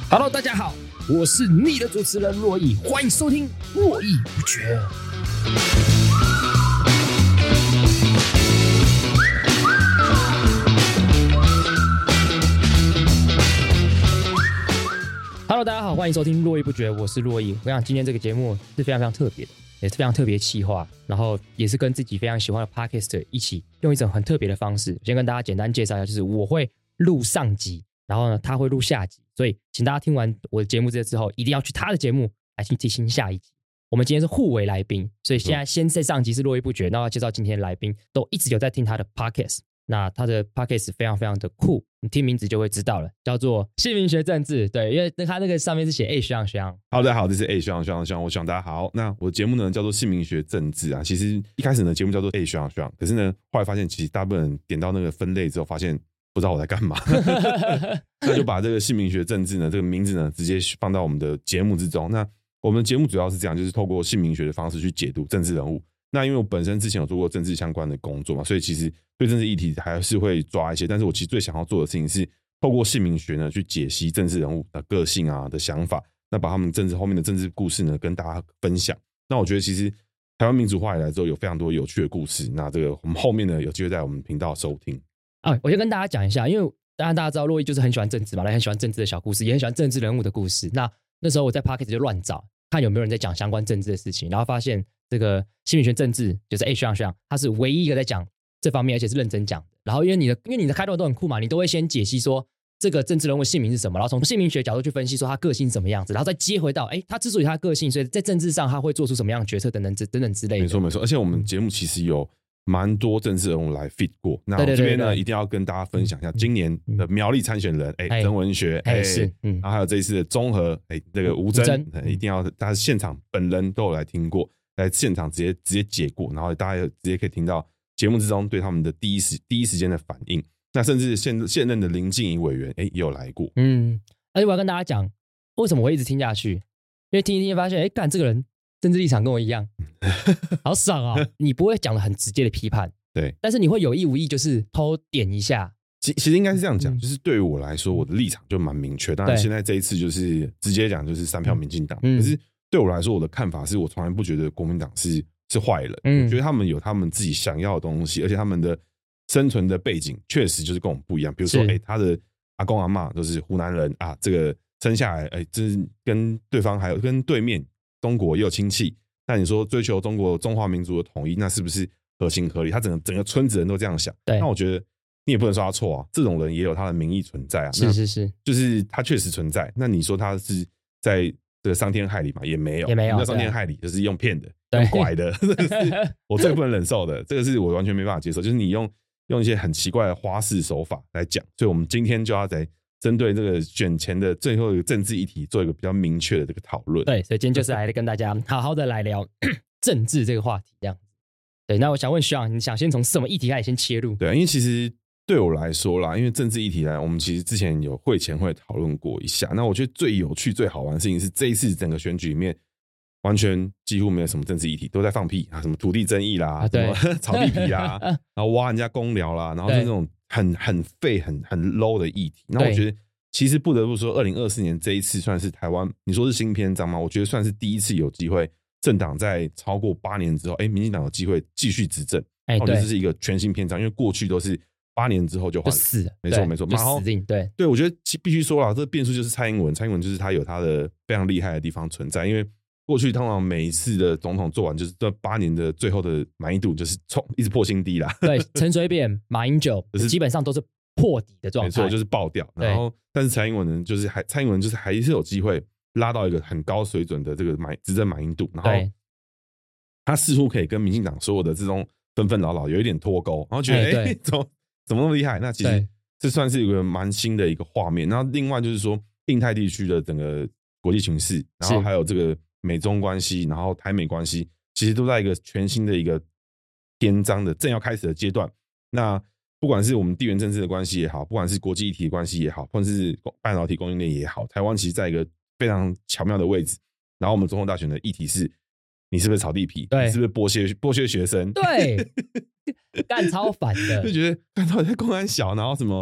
Hello， 大家好，我是你的主持人洛毅，欢迎收听络绎不绝。Hello， 大家好，欢迎收听络绎不绝，我是洛毅。我想今天这个节目是非常非常特别的，也是非常特别企划，然后也是跟自己非常喜欢的 Podcast 一起用一种很特别的方式。先跟大家简单介绍一下，就是我会录上集。然后呢，他会录下集，所以请大家听完我的节目之后，一定要去他的节目来去听下一集。我们今天是互为来宾，所以现在先在上集是络绎不绝，那要介绍今天的来宾都一直有在听他的 podcast， 那他的 podcast 非常非常的酷，你听名字就会知道了，叫做姓名学政治。对，因为他那个上面是写学长。 Hello， 大家好，这是学长，我希望大家好。那我的节目呢叫做姓名学政治啊，其实一开始呢节目叫做学长，可是呢后来发现其实大部分人点到那个分类之后，发现不知道我在干嘛那就把这个姓名学政治呢这个名字呢直接放到我们的节目之中。那我们的节目主要是这样，就是透过姓名学的方式去解读政治人物。那因为我本身之前有做过政治相关的工作嘛，所以其实对政治议题还是会抓一些，但是我其实最想要做的事情是透过姓名学呢去解析政治人物的个性啊的想法，那把他们政治后面的政治故事呢跟大家分享。那我觉得其实台湾民主化以来之后有非常多有趣的故事，那这个我们后面呢有机会在我们频道收听。 我先跟大家讲一下，因为当然大家知道洛毅就是很喜欢政治嘛，很喜欢政治的小故事，也很喜欢政治人物的故事。那时候我在 Podcast 就乱找，看有没有人在讲相关政治的事情，然后发现这个姓名学政治就是学长，他是唯一一个在讲这方面，而且是认真讲的。然后因为你的开头都很酷嘛，你都会先解析说这个政治人物姓名是什么，然后从姓名学角度去分析说他个性是什么样子，然后再接回到他之所以他的个性，所以在政治上他会做出什么样的决策等等之类的。 没错，而且我们节目其实有蛮多政治人物来 fit 过，那我这边呢一定要跟大家分享一下今年的苗栗参选人曾文学然后还有这一次的中和这个吴峥一定要大家现场本人都有来听过，来现场直接解过，然后大家直接可以听到节目之中对他们的第一时间的反应。那甚至现任的林静怡委员也有来过。 而且我要跟大家讲为什么我会一直听下去，因为听一听发现干这个人政治立场跟我一样好爽啊你不会讲得很直接的批判， 对， 但是你会有意无意就是偷点一下。 其实应该是这样讲，就是对于我来说我的立场就蛮明确，当然现在这一次就是直接讲就是3票民进党，可是对我来说我的看法是我从来不觉得国民党是坏人，我觉得他们有他们自己想要的东西，而且他们的生存的背景确实就是跟我们不一样，比如说他的阿公阿嬷都是湖南人啊，这个生下来这是跟对方还有跟对面中国也有亲戚，那你说追求中华民族的统一，那是不是合情合理？他整个村子人都这样想，那我觉得你也不能说他错啊，这种人也有他的民意存在啊， 是， 就是他确实存在。那你说他是在这个伤天害理嘛？也没有，那伤天害理就是用骗的，用拐的，这个是我最不能忍受的，这个是我完全没办法接受，就是你用一些很奇怪的花式手法来讲，所以我们今天就要在针对这个选前的最后一个政治议题做一个比较明确的这个讨论。 对，所以今天就是来跟大家好好的来聊政治这个话题这样子。对，那我想问学长，你想先从什么议题开始先切入？ 对，因为其实对我来说啦，因为政治议题来，我们其实之前有会前会讨论过一下。那我觉得最有趣最好玩的事情是这一次整个选举里面完全几乎没有什么政治议题，都在放屁啊，什么土地争议啦，什么炒地皮啦然后挖人家公寮啦，然后是那种很废很 low 的议题。那我觉得其实不得不说2024年这一次算是台湾，你说是新篇章吗？我觉得算是第一次有机会政党在超过8年之后民进党有机会继续执政，我觉得这是一个全新篇章，因为过去都是8年之后就换了， 就死了， 没错， 就死定。 对，我觉得必须说啦，这个变数就是蔡英文就是他有他的非常厉害的地方存在，因为过去通常每一次的总统做完，就是这8年的最后的满意度就是一直破新低啦。 对，陈水扁、马英九基本上都是破底的状态， 没错，就是爆掉。然后，但是蔡英文呢，蔡英文就是还是有机会拉到一个很高水准的这个执政满意度，然后他似乎可以跟民进党所有的这种纷纷扰扰有一点脱钩，然后觉得怎么那么厉害？那其实这算是一个蛮新的一个画面。然后另外就是说，印太地区的整个国际情势，然后还有这个美中关系，然后台美关系，其实都在一个全新的一个篇章的正要开始的阶段。那不管是我们地缘政治的关系也好，不管是国际议题的关系也好，或者是半导体供应链也好，台湾其实在一个非常巧妙的位置。然后我们总统大选的议题是，你是不是炒地皮？你是不是剥削学生？ 对，干超烦的， 就觉得干到底在公安小，然后什么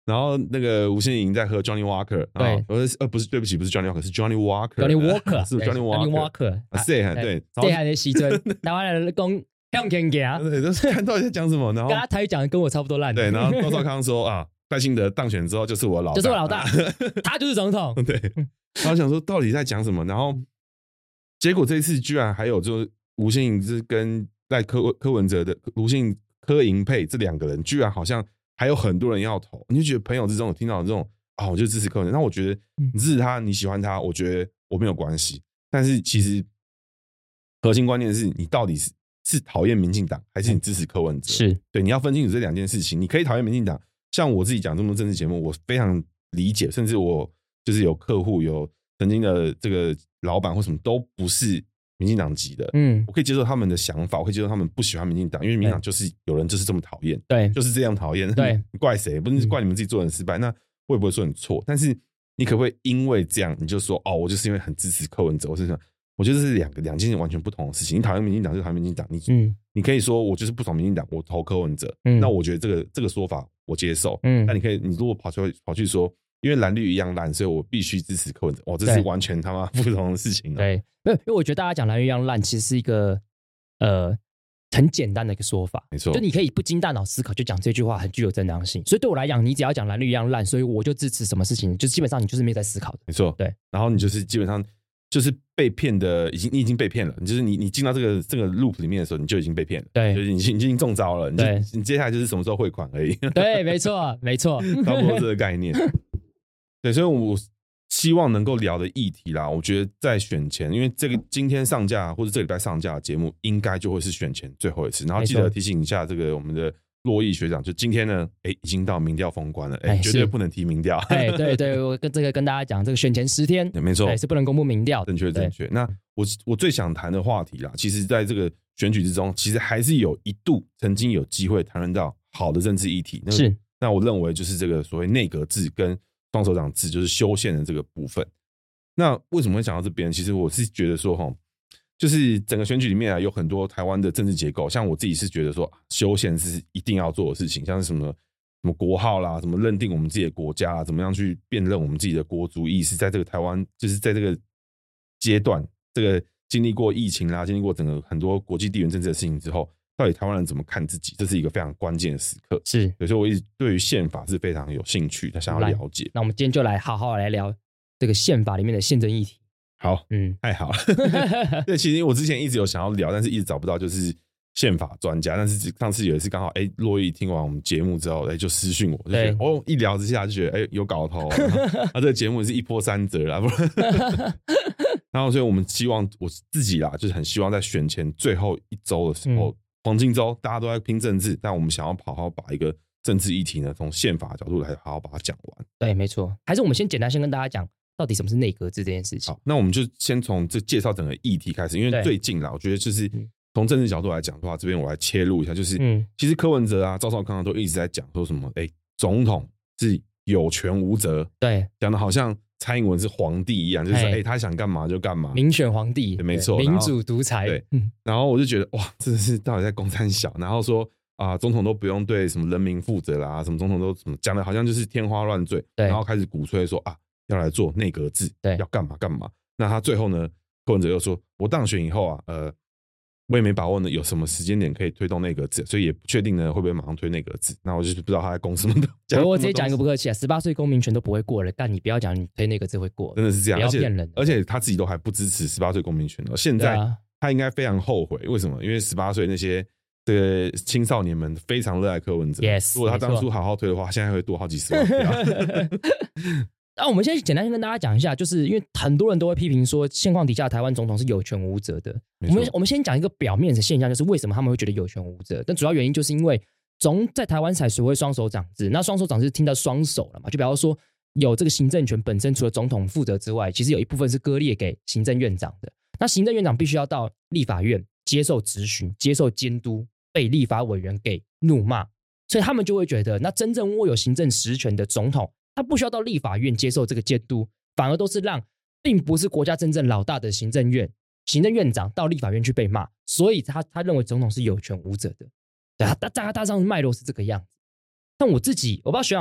然后那个吴欣颖在喝 Johnny Walker， 对， 不是，对不起，不是 Johnny Walker， 是 Johnny Walker， 是 Johnny Walker， 对， 这还的时阵，台湾人讲向前行， 对，就是看到底在讲什么，然后跟他台语讲的跟我差不多烂， 对，然后高少康说啊，赖清德当选之后就是我老大， 就是我老大，他就是总统， 对，然后想说到底在讲什么，然后结果这一次居然还有就是吴欣颖是跟柯文哲的吴欣颖柯银配这2个人，居然好像还有很多人要投，你就觉得朋友之中有听到这种啊，我就支持柯文哲。那我觉得你支持他，你喜欢他，我觉得我没有关系。但是其实核心关键是你到底是讨厌民进党，还是你支持柯文哲？ 是对，你要分清楚这2件事情。你可以讨厌民进党，像我自己讲这么多政治节目，我非常理解，甚至我就是有客户有曾经的这个老板或什么都不是民进党籍的，我可以接受他们的想法，我可以接受他们不喜欢民进党，因为民进党就是有人就是这么讨厌，对，就是这样讨厌，对，你怪谁？不是怪你们自己做人失败，那我也不会说你错，但是你可不可以因为这样你就说哦，我就是因为很支持柯文哲？我觉得这是两件完全不同的事情。你讨厌民进党就讨厌民进党，你可以说我就是不爽民进党，我投柯文哲，那我觉得这个说法我接受，那你如果跑去说，因为蓝绿一样烂，所以我必须支持柯文哲。这是完全他妈不同的事情。 对，因为我觉得大家讲蓝绿一样烂，其实是一个很简单的一个说法， 没错， 就你可以不经大脑思考就讲这句话，很具有正当性。所以对我来讲，你只要讲蓝绿一样烂，所以我就支持什么事情，就基本上你就是没有在思考的。 没错，对。然后你就是基本上就是被骗的，你已经被骗了。你进到这个 loop 里面的时候，你就已经被骗了。对，就是你已经中招了。你接下来就是什么时候汇款而已。 对，没错，没错， 差不多这个概念。对，所以我希望能够聊的议题啦，我觉得在选前，因为这个今天上架或者这礼拜上架的节目，应该就会是选前最后一次。然后记得提醒一下这个我们的洛毅学长，就今天呢，已经到民调封关了，绝对不能提民调。 对，我跟大家讲，这个选前10天， 没错， 是不能公布民调的。 正确。那我最想谈的话题啦，其实在这个选举之中，其实还是有一度曾经有机会谈论到好的政治议题。那我认为就是这个所谓内阁制跟双首长制，就是修宪的这个部分。那为什么会讲到这边？其实我是觉得说，就是整个选举里面有很多台湾的政治结构，像我自己是觉得说，修宪是一定要做的事情，像是什么国号啦，什么认定我们自己的国家啦，怎么样去辨认我们自己的国族意识，在这个台湾，就是在这个阶段，这个经历过疫情啦，经历过整个很多国际地缘政治的事情之后，到底台湾人怎么看自己，这是一个非常关键的时刻。是，所以我一直对于宪法是非常有兴趣，他想要了解。 那我们今天就来好好来聊这个宪法里面的宪政议题。 好，太好了。对，其实我之前一直有想要聊，但是一直找不到就是宪法专家。但是上次有一次刚好，洛毅听完我们节目之后，就私讯我，就觉得一聊之下就觉得有搞头。这个节目是一波三折啦，然后所以我们希望我自己啦，就是很希望在选前最后1周的时候，黄金周大家都在拼政治，但我们想要好好把一个政治议题呢，从宪法角度来好好把它讲完。 对，没错。还是我们先简单跟大家讲，到底什么是内阁制这件事情。 好，那我们就先从这介绍整个议题开始，因为最近啦，我觉得就是从政治角度来讲的话，这边我来切入一下，就是其实柯文哲啊、赵少康都一直在讲说什么，总统是有权无责，对，讲的好像蔡英文是皇帝一样，就是他想干嘛就干嘛， 民选皇帝， 没错， 民主独裁。对， 然后我就觉得哇，真的是到底在公三小，然后说总统都不用对什么人民负责啦，什么总统都什么讲的好像就是天花乱坠，然后开始鼓吹说要来做内阁制，要干嘛干嘛。那他最后呢，柯文哲又说，我当选以后我也没把握呢有什么时间点可以推动内阁制，所以也不确定呢会不会马上推内阁制。那我就是不知道他在攻什么的。 我直接讲一个不客气18岁公民权都不会过了，但你不要讲你推内阁制会过， 真的是这样， 不要骗人。 而且他自己都还不支持18岁公民权了，现在他应该非常后悔。为什么？因为18岁那些这个青少年们非常热爱柯文哲。如果他当初好好推的话，现在会多好几十万票。 那我们现在简单跟大家讲一下，就是因为很多人都会批评说，现况底下台湾总统是有权无责的。我们先讲一个表面的现象，就是为什么他们会觉得有权无责。但主要原因就是因为在台湾才学会双手掌制，那双手掌制听到双手了嘛，就比方说有这个行政权本身除了总统负责之外，其实有一部分是割裂给行政院长的。那行政院长必须要到立法院接受质询、接受监督，被立法委员给怒骂，所以他们就会觉得，那真正握有行政实权的总统，他不需要到立法院接受这个监督，反而都是让并不是国家真正老大的行政院长到立法院去被骂，所以他认为总统是有权无责的。对，大致上脉络是这个样子。但我不知道学长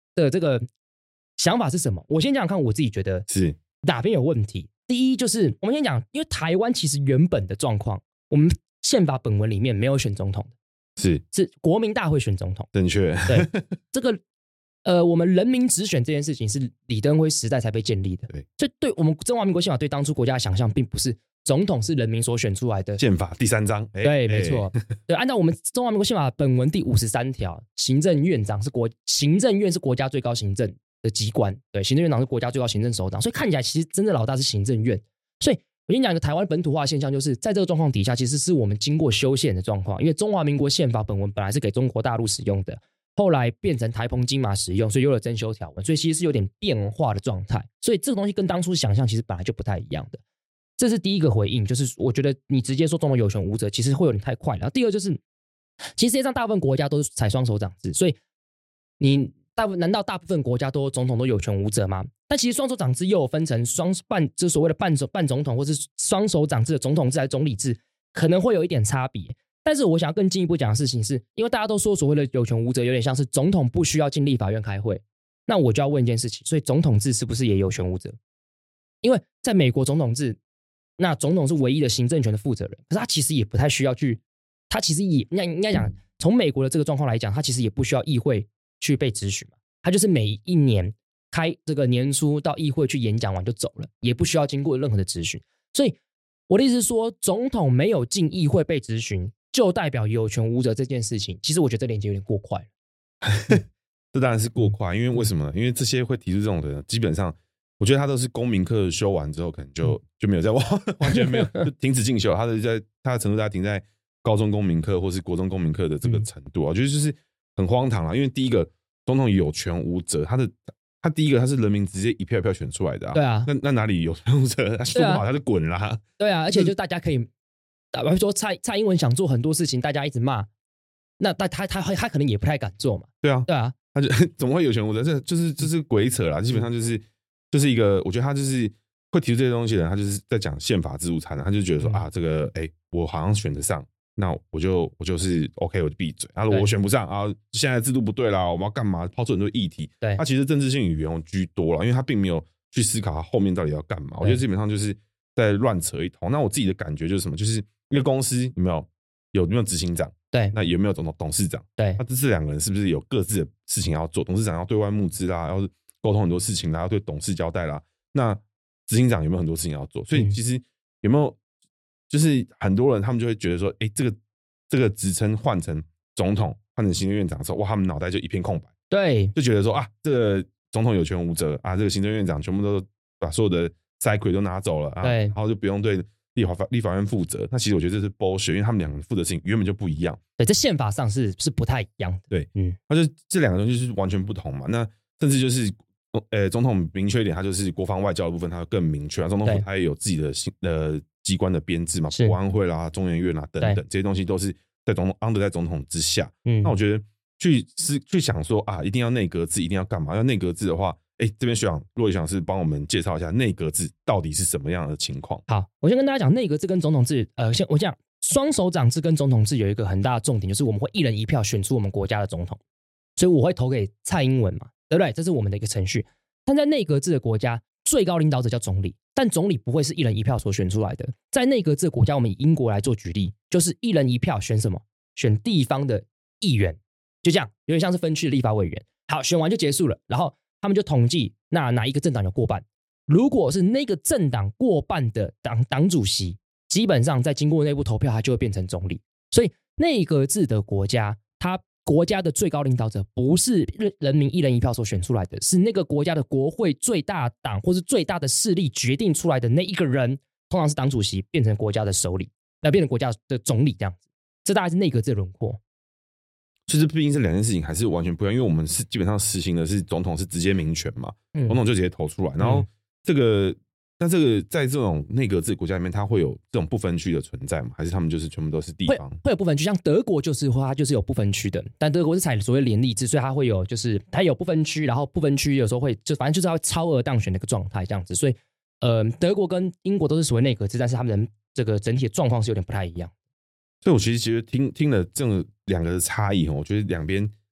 的这个想法是什么？我先讲讲看，我自己觉得是哪边有问题。第一就是我们先讲，因为台湾其实原本的状况，我们宪法本文里面没有选总统的，是国民大会选总统， 正确。 对，这个我们人民直选这件事情是李登辉时代才被建立的， 对， 所以对我们中华民国宪法对当初国家的想象，并不是总统是人民所选出来的。 宪法第3章， 对，没错，对，按照我们中华民国宪法本文第53条，行政院是国家最高行政的机关，对，行政院长是国家最高行政首长，所以看起来其实真正老大是行政院。所以我跟你讲一个台湾本土化现象，就是在这个状况底下，其实是我们经过修宪的状况，因为中华民国宪法本文本来是给中国大陆使用的，后来变成台澎金马使用，所以有了增修条文，所以其实是有点变化的状态。所以这个东西跟当初想象其实本来就不太一样的。这是第一个回应，就是我觉得你直接说总统有权无责，其实会有点太快了。第二就是，其实世界上大部分国家都是采双手掌制，所以难道大部分国家总统都有权无责吗？但其实双手掌制又有分成就是所谓的半总统，或是双手掌制的总统制还是总理制，可能会有一点差别。但是我想要更进一步讲的事情是，因为大家都说所谓的有权无责，有点像是总统不需要进立法院开会，那我就要问一件事情，所以总统制是不是也有权无责？因为在美国总统制，那总统是唯一的行政权的负责人，可是他其实也不太需要他其实也应该讲，从美国的这个状况来讲，他其实也不需要议会去被质询嘛，他就是每一年开这个年初到议会去演讲完就走了，也不需要经过任何的质询。所以我的意思是说，总统没有进议会被质询，就代表有权无责这件事情，其实我觉得这连接有点过快了。 这当然是过快，因为为什么呢？因为这些会提出这种的，基本上我觉得他都是公民课修完之后，可能就没有再完全没有就停止进修，他的程度大概停在高中公民课或是国中公民课的这个程度，我觉得就是很荒唐啦。因为第一个，总统有权无责，他第一个他是人民直接一票一票选出来的啊， 对啊， 那哪里有权无责？他说不好他就滚啦， 对啊，而且就大家可以，比如说蔡英文想做很多事情，大家一直骂，那他可能也不太敢做嘛， 对啊， 对啊， 他就怎么会有权无责？这就是鬼扯啦，基本上就是一个，我觉得他就是会提出这些东西的人，他就是在讲宪法自助餐，他就觉得说啊，这个我好像选得上，那我就是 OK， 我就闭嘴。然后我选不上啊，现在制度不对啦，我们要干嘛？抛出很多议题， 对， 他其实政治性语言居多了，因为他并没有去思考他后面到底要干嘛。我觉得基本上就是在乱扯一通。那我自己的感觉就是什么？就是一个公司有没有执行长？ 对， 那有没有董事长？ 对， 那这两个人是不是有各自的事情要做？董事长要对外募资啦，要沟通很多事情啦，要对董事交代啦。那执行长有没有很多事情要做？所以其实有没有就是很多人他们就会觉得说，这个职称换成总统，换成行政院长的时候，哇，他们脑袋就一片空白，对，就觉得说啊，这个总统有权无责啊，这个行政院长全部都把所有的塞亏都拿走了啊，然后就不用对立法院负责。那其实我觉得这是 bullshit，因为他们两个人负责事情原本就不一样。 对，在宪法上是不太一样的。 对，那就这两个东西是完全不同嘛。那甚至就是总统明确一点，他就是国防外交的部分，他更明确啊。总统府他也有自己的机关的编制嘛，国安会啦、中研院啦等等，这些东西都是在under在总统之下。那我觉得去想说啊，一定要内阁制，一定要干嘛？要内阁制的话，这边骆以翔是帮我们介绍一下内阁制到底是什么样的情况。 好，我先跟大家讲内阁制跟总统制。我讲双手掌制跟总统制有一个很大的重点，就是我们会一人一票选出我们国家的总统，所以我会投给蔡英文嘛，对不对？这是我们的一个程序。但在内阁制的国家，最高领导者叫总理，但总理不会是一人一票所选出来的。在内阁制的国家，我们以英国来做举例，就是一人一票选什么？选地方的议员，就这样，有点像是分区的立法委员。好，选完就结束了，然后他们就统计哪一个政党有过半。如果是那个政党过半的党主席，基本上在经过内部投票，他就会变成总理。所以内阁制的国家，它国家的最高领导者不是人民一人一票所选出来的，是那个国家的国会最大党或是最大的势力决定出来的那一个人，通常是党主席变成国家的首领，那变成国家的总理这样子。这大概是内阁制的轮廓。 其实毕竟这两件事情还是完全不一样，因为我们是基本上实行的是总统是直接民权嘛，总统就直接投出来，然后这个在这种内阁制国家里面，它会有这种不分区的存在吗？还是他们就是全部都是地方？ 会有不分区，像德国它就是有不分区的，但德国是采所谓联立制，所以它会有就是它有不分区，然后不分区有时候会反正就是它会超额当选的一个状态这样子，所以德国跟英国都是所谓内阁制，但是他们的这个整体的状况是有点不太一样。 所以我其实觉得听了这两个的差异，我觉得两边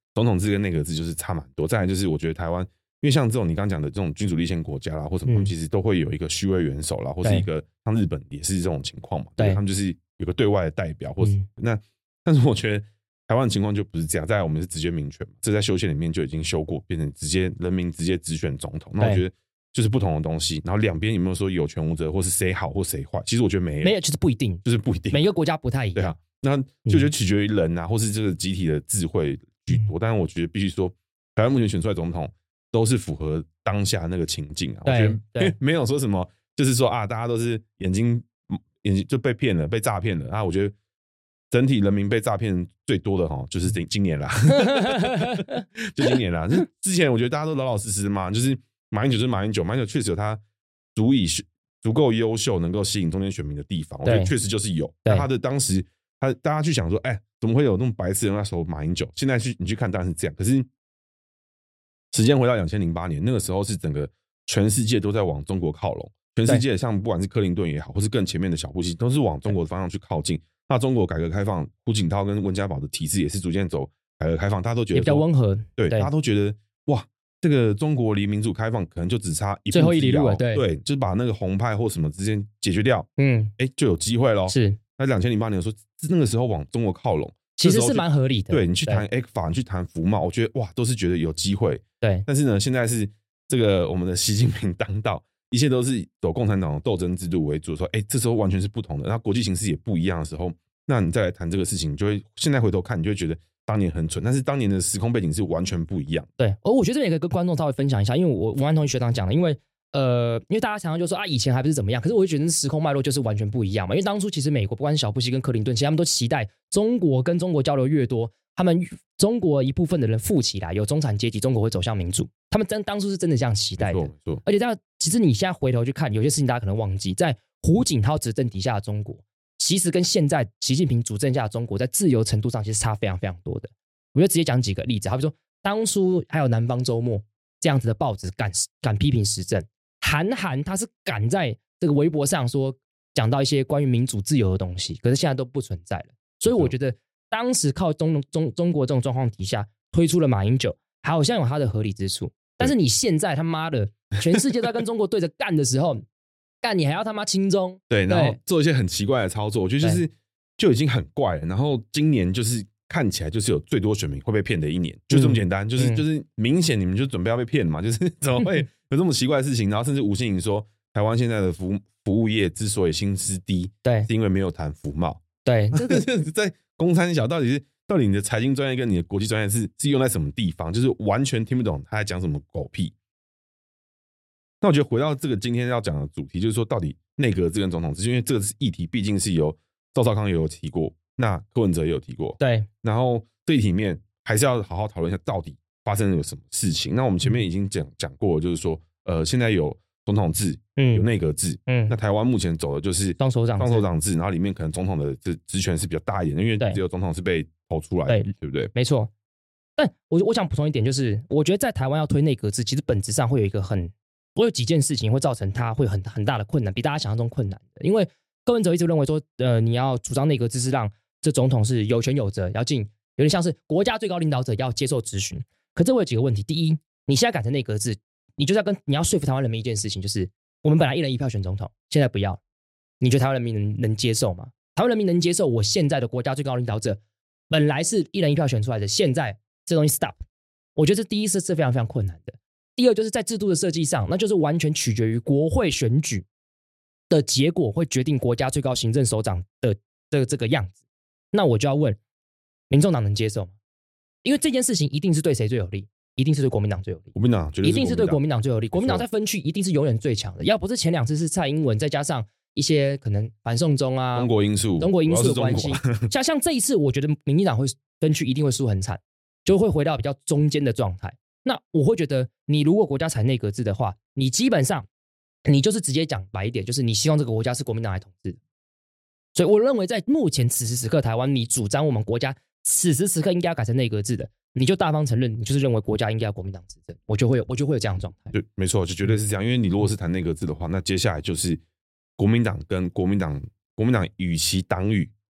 总统制跟内阁制就是差蛮多。再来就是我觉得台湾，因为像这种你刚刚讲的这种君主立宪国家啦，或什么，他们其实都会有一个虚位元首啦，或是一个像日本也是这种情况嘛，对，他们就是有个对外的代表，或是那，但是我觉得台湾的情况就不是这样。再来我们是直接民权嘛，这在修宪里面就已经修过，变成人民直接直选总统。那我觉得就是不同的东西，然后两边有没有说有权无责，或是谁好或谁坏？其实我觉得没有， 其实不一定， 就是不一定， 每个国家不太一样。 对啊，那就觉得取决于人啊，或是这个集体的智慧居多。但是我觉得必须说，台湾目前选出来总统都是符合当下那个情境啊。我觉得因为没有说什么，就是说啊，大家都是眼睛就被骗了，被诈骗了啊。我觉得整体人民被诈骗最多的就是今年啦，就今年啦。之前我觉得大家都老老实实嘛，就是马英九就是马英九确实有他足够优秀能够吸引中间选民的地方，我觉得确实就是有。那他的当时大家去想说，怎么会有那么白痴人那时候马英九？现在你去看当然是这样，可是时间回到2008年，那个时候是整个全世界都在往中国靠拢，全世界像不管是克林顿也好，或是更前面的小布希，都是往中国的方向去靠近。那中国改革开放，胡锦涛跟温家宝的体制也是逐渐走改革开放，大家都觉得也比较温和， 对，大家都觉得哇，这个中国离民主开放可能就只差最后一里路了， 对，就是把那个红派或什么之间解决掉，就有机会咯。 是， 那2008年说那个时候往中国靠拢， 其实是蛮合理的。 对，你去谈 ECFA， 你去谈服贸，我觉得哇，都是觉得有机会。 对， 但是呢，现在是这个我们的习近平当道，一切都是走共产党的斗争制度为主，说这时候完全是不同的，那国际形势也不一样的时候，那你再来谈这个事情，你就会现在回头看，你就会觉得当年很蠢，但是当年的时空背景是完全不一样。 对，我觉得这边也可以跟观众稍微分享一下，因为我完同意学长讲的，因为大家常常就说以前还不是怎么样，可是我就觉得时空脉络就是完全不一样嘛。因为当初其实美国不管是小布希跟克林顿，其实他们都期待中国跟中国交流越多，他们中国一部分的人富起来，有中产阶级，中国会走向民主。他们当初是真的这样期待的。 没错。 而且其实你现在回头去看，有些事情大家可能忘记，在胡锦涛执政底下的中国，其实跟现在习近平主政下的中国，在自由程度上其实差非常非常多的。我就直接讲几个例子，好比说当初还有南方周末这样子的报纸敢批评时政，韩寒他是敢在这个微博上说讲到一些关于民主自由的东西，可是现在都不存在了。所以我觉得当时靠中国这种状况底下推出了马英九，好像有它的合理之处。但是你现在他妈的全世界都在跟中国对着干的时候，干你还要他妈亲中， 对，然后做一些很奇怪的操作，我觉得就已经很怪了。然后今年就是看起来就是有最多选民会被骗的一年，就这么简单，就是明显你们就准备要被骗嘛，就是怎么会有这么奇怪的事情？然后甚至吴欣颖说，台湾现在的服务业之所以薪资低， 对， 是因为没有谈服贸。 对， 这个在公三小到底你的财经专业跟你的国际专业是用在什么地方？就是完全听不懂他在讲什么狗屁。那我觉得回到这个今天要讲的主题，就是说到底内阁制跟总统制，因为这个议题毕竟是由赵少康也有提过，那柯文哲也有提过， 对。 然后这一题面还是要好好讨论一下，到底发生了什么事情。那我们前面已经讲过，就是说，现在有总统制，有内阁制，那台湾目前走的就是双首长制，然后里面可能总统的职权是比较大一点，因为只有总统是被投出来的，对不对？ 没错。但我想补充一点，就是我觉得在台湾要推内阁制，其实本质上会有几件事情会造成它会很大的困难，比大家想象中困难的。因为柯文哲一直认为说，你要主张内阁制是让这总统是有权有责，有点像是国家最高领导者要接受质询。可这会有几个问题：第一，你现在改成内阁制，你要说服台湾人民一件事情，就是我们本来1人1票选总统，现在不要，你觉得台湾人民能接受吗？台湾人民能接受我现在的国家最高领导者本来是1人1票选出来的，现在这东西 stop？ 我觉得这第一是非常非常困难的。第二就是在制度的设计上，那就是完全取决于国会选举的结果会决定国家最高行政首长的这个样子。那我就要问，民众党能接受吗？因为这件事情一定是对谁最有利？一定是对国民党最有利。 国民党一定是对国民党最有利。国民党在分区一定是永远最强的。要不是前2次是蔡英文，再加上一些可能反送中啊、 中国因素的关系，像这一次，我觉得民进党会分区一定会输很惨，就会回到比较中间的状态。那我会觉得，你如果国家采内阁制的话，你基本上你就是直接讲白一点，就是你希望这个国家是国民党来统治。所以我认为，在目前此时此刻台湾，你主张我们国家此时此刻应该要改成内阁制的，你就大方承认，你就是认为国家应该要国民党执政，我就会有这样的状态。 对，没错，就绝对是这样。因为你如果是谈内阁制的话，那接下来就是国民党跟国民党与其党羽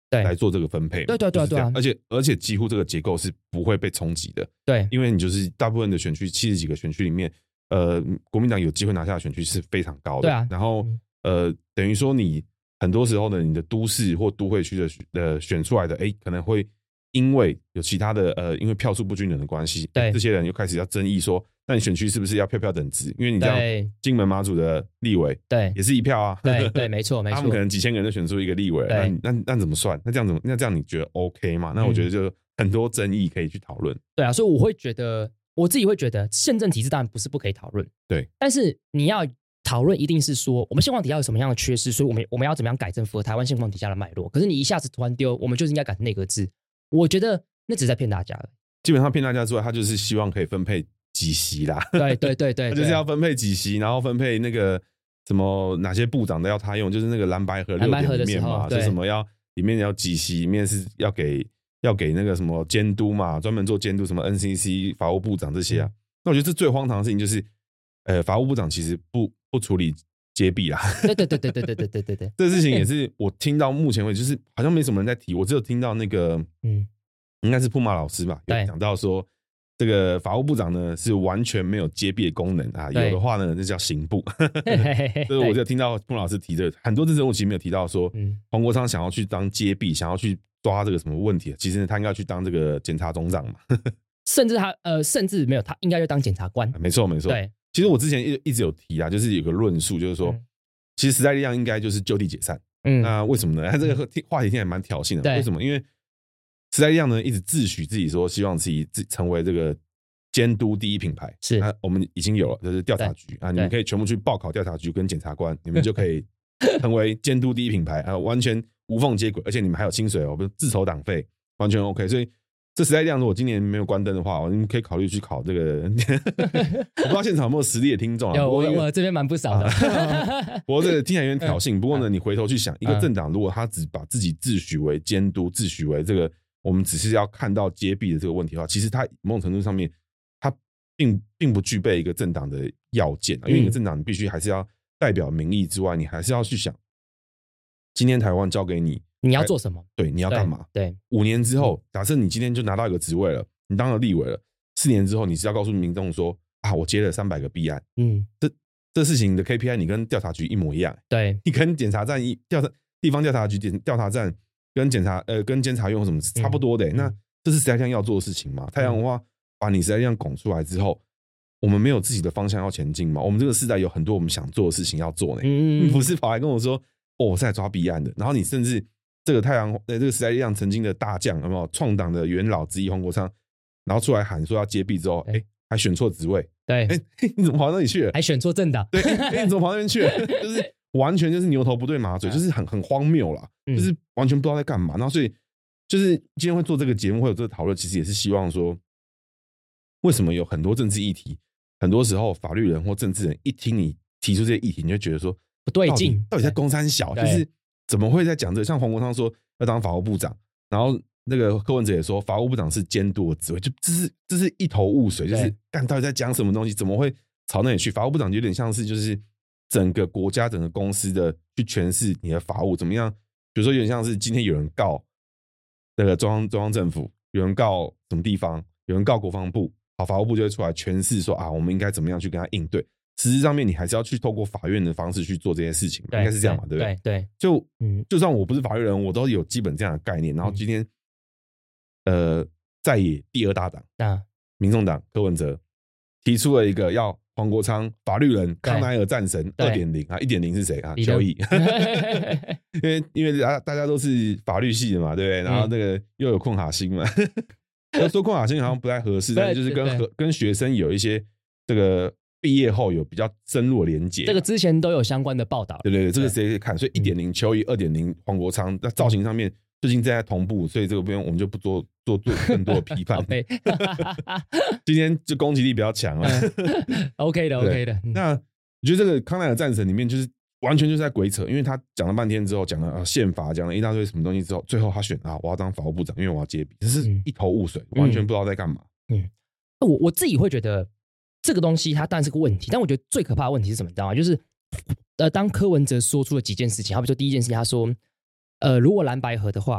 来做这个分配。 对， 而且几乎这个结构是不会被冲击的。 对， 因为你就是大部分的选区70几个选区里面，国民党有机会拿下的选区是非常高的。 对啊， 然后等于说你很多时候呢，你的都市或都会区的选出来的，可能会因为有其他的因为票数不均等的关系， 对， 这些人又开始要争议说，那你选区是不是要票票等值？因为你这样金门马祖的立委， 对， 也是一票啊， 对，没错， 他们可能几千个人就选出一个立委，那怎么算？那这样你觉得 OK 吗？那我觉得就很多争议可以去讨论。 对啊，所以我自己会觉得宪政体制当然不是不可以讨论， 对， 但是你要讨论一定是说我们现况底下有什么样的缺失，所以我们要怎么样改正符合台湾现况底下的脉络。可是你一下子突然丢，我们就是应该改成内阁制，我觉得那只是在骗大家了。 基本上骗大家之外，他就是希望可以分配几席啦。 对，他就是要分配几席，然后分配那个什么哪些部长都要他用，就是那个蓝白合6点里面嘛，就什么要里面要几席，里面是要给那个什么监督嘛，专门做监督，什么 NCC 法务部长这些啊。那我觉得这最荒唐的事情就是，法务部长其实不处理揭弊啦。 对， 这个事情也是我听到目前为止，就是好像没什么人在提，我只有听到那个应该是铺马老师吧，有讲到说这个法务部长呢是完全没有揭弊的功能啊，有的话呢那叫刑部。所以我就听到铺马老师提的很多政治人物其实没有提到说，黄国昌想要去当揭弊，想要去抓这个什么问题，其实他应该去当这个检察总长嘛。 甚至没有，他应该就当检察官。 没错。 对， 其实我之前一直有提啊，就是有个论述，就是说，其实时代力量应该就是就地解散。那为什么呢？他这个话题听起来蛮挑衅的。为什么？因为时代力量呢一直自诩自己说希望自己成为这个监督第一品牌。 是， 我们已经有了，就是调查局啊，你们可以全部去报考调查局跟检察官，你们就可以成为监督第一品牌啊，完全无缝接轨，而且你们还有薪水哦，不是自筹党费，完全 OK。所以这时代力量如果今年没有关灯的话，你们可以考虑去考这个。我不知道现场有没有实力的听众啊？ 我这边蛮不少的。 不过这个听起来有点挑衅。不过呢，你回头去想，一个政党如果他只把自己自诩为监督，自诩为这个我们只是要看到揭弊的这个问题的话，其实他某种程度上面他并不具备一个政党的要件，因为一个政党你必须还是要代表民意之外，你还是要去想今天台湾交给你。 你要做什么？ 对，你要干嘛？ 对 ，5年之后，假设你今天就拿到一个职位了，你当了立委了，4年之后，你是要告诉民众说啊，我接了300个弊案。这事情的 KPI 你跟调查局一模一样。 对， 你跟检察站地方调查局调查站跟跟监察院什么差不多的。那这是时代力量要做的事情吗？太阳文化把你时代力量拱出来之后，我们没有自己的方向要前进吗？我们这个世代有很多我们想做的事情要做呢。不是跑来跟我说，我是来抓弊案的，然后你甚至。这个这个时代力量曾经的大将有没有创党的元老之一黄国昌，然后出来喊说要揭弊之后，还选错职位， 对， 你怎么跑到那里去了？ 还选错政党， 对，你怎么跑到那边去了？就是完全就是牛头不对马嘴，就是很荒谬啦，就是完全不知道在干嘛。然后所以就是今天会做这个节目，会有这个讨论，其实也是希望说，为什么有很多政治议题，很多时候法律人或政治人一听你提出这些议题，你就觉得说不对劲， 到底在公三小，就是怎么会在讲这个？像黄国昌说要当法务部长，然后那个柯文哲也说法务部长是监督的职位，就这是一头雾水，就是干到底在讲什么东西？怎么会朝那里去？法务部长有点像是就是整个国家、整个公司的去诠释你的法务怎么样？比如说有点像是今天有人告那个中央政府，有人告什么地方，有人告国防部，好，法务部就会出来诠释说啊，我们应该怎么样去跟他应对。实质上面你还是要去透过法院的方式去做这件事情，应该是这样嘛，对不对？ 对， 就算我不是法律人，我都有基本这样的概念。然后今天，在野第2大党民众党柯文哲提出了一个要黄国昌法律人康乃尔战神 2.0 啊 1.0 是谁啊？邱毅。因为大家都是法律系的嘛，对不对？然后那个又有邝哈兴嘛，说邝哈兴好像不太合适，但就是跟学生有一些这个。毕业后有比较深入的连结， 这个之前都有相关的报道。 对，这个谁可以看？所以1.0邱毅，2.0黄国昌，在造型上面最近正在同步，所以这个部分我们就不做更多的批判。今天就攻击力比较强了。 OK 的。 那我觉得这个康乃尔战神里面就是完全就是在鬼扯，因为他讲了半天之后，讲了宪法，讲了一大堆什么东西之后，最后他选我要当法务部长，因为我要揭弊，这是一头雾水，完全不知道在干嘛。 我自己会觉得。这个东西它当然是个问题，但我觉得最可怕的问题是什么？你知道吗？就是当柯文哲说出了几件事情，好比说第一件事情，他说，如果蓝白合的话，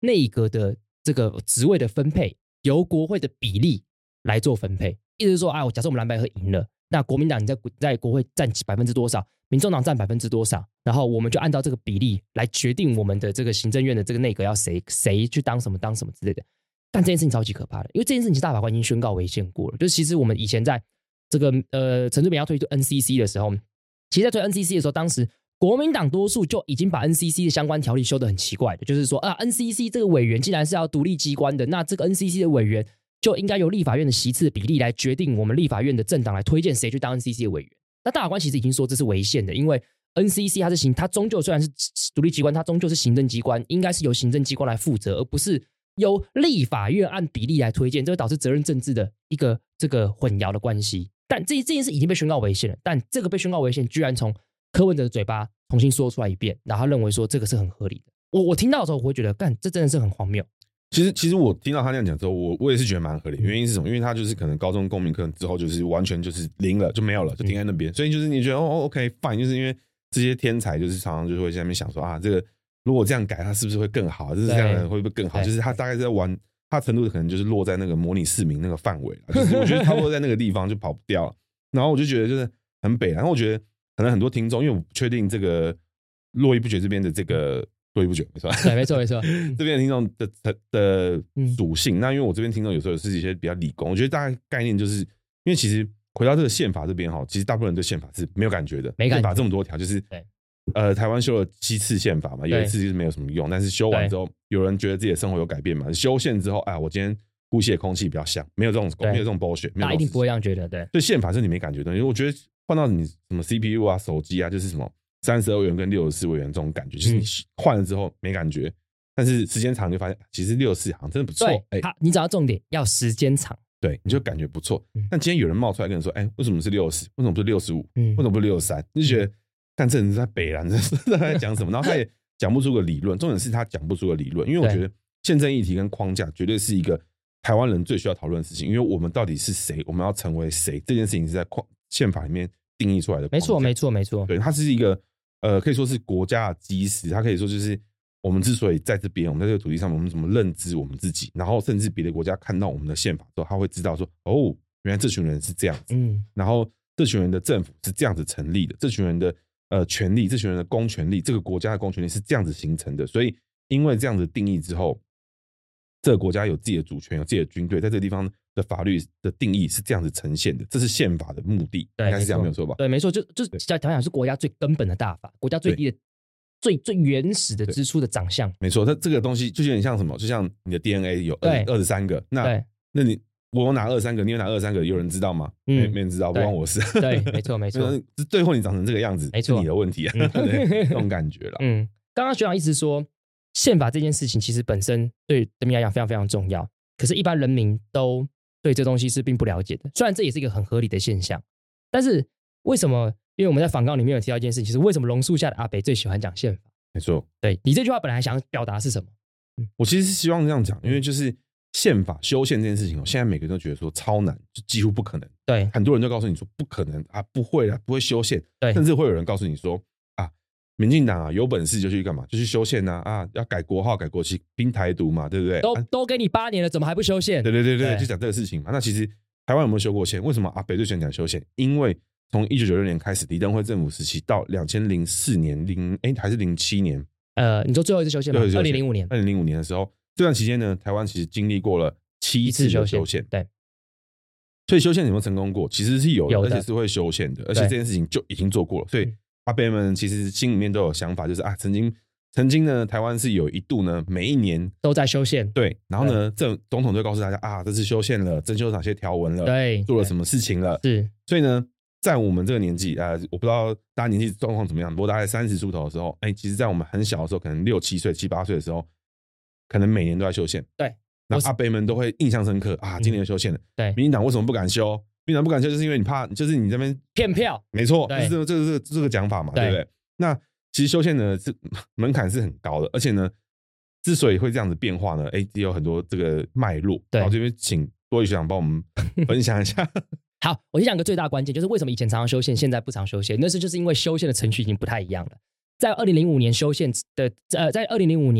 内阁的这个职位的分配由国会的比例来做分配，意思是说假设我们蓝白合赢了，那国民党你在国会占多少，民众党占多少，然后我们就按照这个比例来决定我们的这个行政院的这个内阁要谁去当什么之类的。但这件事情超级可怕的，因为这件事情大法官已经宣告违宪过了。就是其实我们以前在这个陈水扁要推出 NCC 的时候，其实在推 NCC 的时候，当时国民党多数就已经把 NCC 的相关条例修得很奇怪的，就是说NCC 这个委员既然是要独立机关的，那这个 NCC 的委员就应该由立法院的席次的比例来决定我们立法院的政党来推荐谁去当 NCC 的委员。那大法官其实已经说这是违宪的，因为 NCC 它终究虽然是独立机关，它终究是行政机关，应该是由行政机关来负责，而不是由立法院按比例来推荐，这会导致责任政治的一个这个混淆的关系。但这件事已经被宣告违宪了，但这个被宣告违宪居然从柯文哲的嘴巴重新说出来一遍，然后他认为说这个是很合理的。我听到的时候我会觉得这真的是很荒谬。 其实我听到他那样讲之后，我也是觉得蛮合理。原因是什么？因为他就是可能高中公民课之后就是完全就是零了，就没有了，就停在那边。所以就是你觉得OK fine， 就是因为这些天才就是常常就会在那边想说这个如果这样改，他是不是会更好？就是这样会不会更好？就是他大概在玩，他程度可能就是落在那个模拟市民那个范围了。就是我觉得差不多在那个地方就跑不掉了。然后我就觉得就是很北，然后我觉得可能很多听众，因为我不确定这个络绎不绝这边的这个。络绎不绝，没错， 对，没错， 这边的听众的属性，那因为我这边听众有时候是一些比较理工，我觉得大概概念就是，因为其实回到这个宪法这边其实大部分人对宪法是没有感觉的，宪法这么多条，就是台湾修了7次宪法嘛，有一次就是没有什么用，但是修完之后，有人觉得自己的生活有改变嘛，修宪之后，我今天呼吸的空气比较香，没有这种 bullshit， 大家一定不会这样觉得，对， 所以宪法是你没感觉的东西，我觉得换到你什么 CPU 手机就是什么。32委员跟64委员这种感觉，就是你换了之后没感觉，但是时间长就发现其实64好像真的不错。 你找到重点，要时间长， 对，你就感觉不错。但今天有人冒出来跟你说，为什么是60？为什么不是65？为什么不是63？你就觉得，但这人是在北兰，这是在讲什么？然后他也讲不出个理论，重点是他讲不出个理论，因为我觉得宪政议题跟框架绝对是一个台湾人最需要讨论的事情，因为我们到底是谁，我们要成为谁，这件事情是在宪法里面定义出来的。 没错， 对，它是一个。可以说是国家的基石，它可以说就是我们之所以在这边，我们在这个土地上，我们怎么认知我们自己，然后甚至别的国家看到我们的宪法之后，他会知道说，原来这群人是这样子，然后这群人的政府是这样子成立的，这群人的权利，这群人的公权力，这个国家的公权力是这样子形成的，所以因为这样子定义之后，这个国家有自己的主权，有自己的军队，在这个地方的法律的定义是这样子呈现的，这是宪法的目的，应该是这样没有错吧？ 对，没错，就是讲是国家最根本的大法，国家最低的、最原始的支出的长相。 没错，它这个东西就有点像什么？就像你的 DNA 有23个，那我拿23个，你有拿23个，有人知道吗？没人知道，不关我事。 对，没错， 最后你长成这个样子，是你的问题啊，对，这种感觉了。 刚刚学长一直说，宪法这件事情其实本身对人民来讲非常非常重要，可是一般人民都对这东西是并不了解的。虽然这也是一个很合理的现象，但是为什么？因为我们在访纲里面有提到一件事情，就是为什么榕树下的阿北最喜欢讲宪法？ 没错， 对，你这句话本来想表达是什么？ 我其实是希望这样讲，因为就是宪法修宪这件事情，现在每个人都觉得说超难，就几乎不可能。 对， 很多人就告诉你说不可能啊，不会啦，不会修宪。 对， 甚至会有人告诉你说民进党有本事就去干嘛？就去修宪要改国号、改国旗、拼台独嘛，对不对？ 都给你8年了，怎么还不修宪？ 对，就讲这个事情嘛。那其实台湾有没有修过宪？为什么阿北最喜欢讲修宪？因为从1996年开始，李登辉政府时期到2004年还是07年？ 你说最后一次修宪吗？2005年。 2005年的时候，这段期间呢，台湾其实经历过了7次的修宪。 对， 所以修宪有没有成功过？其实是有的，而且是会修宪的，而且这件事情就已经做过了。所以阿伯们其实心里面都有想法，就是曾经呢，台湾是有一度呢，每一年都在修宪。 对，然后呢，总统就会告诉大家这次修宪了，增修哪些条文了， 对， 做了什么事情了。 是， 所以呢，在我们这个年纪我不知道大家年纪状况怎么样，不过大概30出头的时候，其实在我们很小的时候，可能6、7岁、7、8岁的时候，可能每年都在修宪。 对， 那阿伯们都会印象深刻今年修宪了。 对， 民进党为什么不敢修？民进党不敢修，就是因为你怕，就是你这边骗票。 没错，就是这个讲法嘛，对不对？那其实修宪呢是门槛是很高的，而且呢，之所以会这样子变化呢，也有很多这个脉络。对，我这边请多益学长帮我们分享一下。 好，我先讲个最大关键，就是为什么以前常常修宪，现在不常修宪？那就是因为修宪的程序已经不太一样了。在2005年修宪的在2005年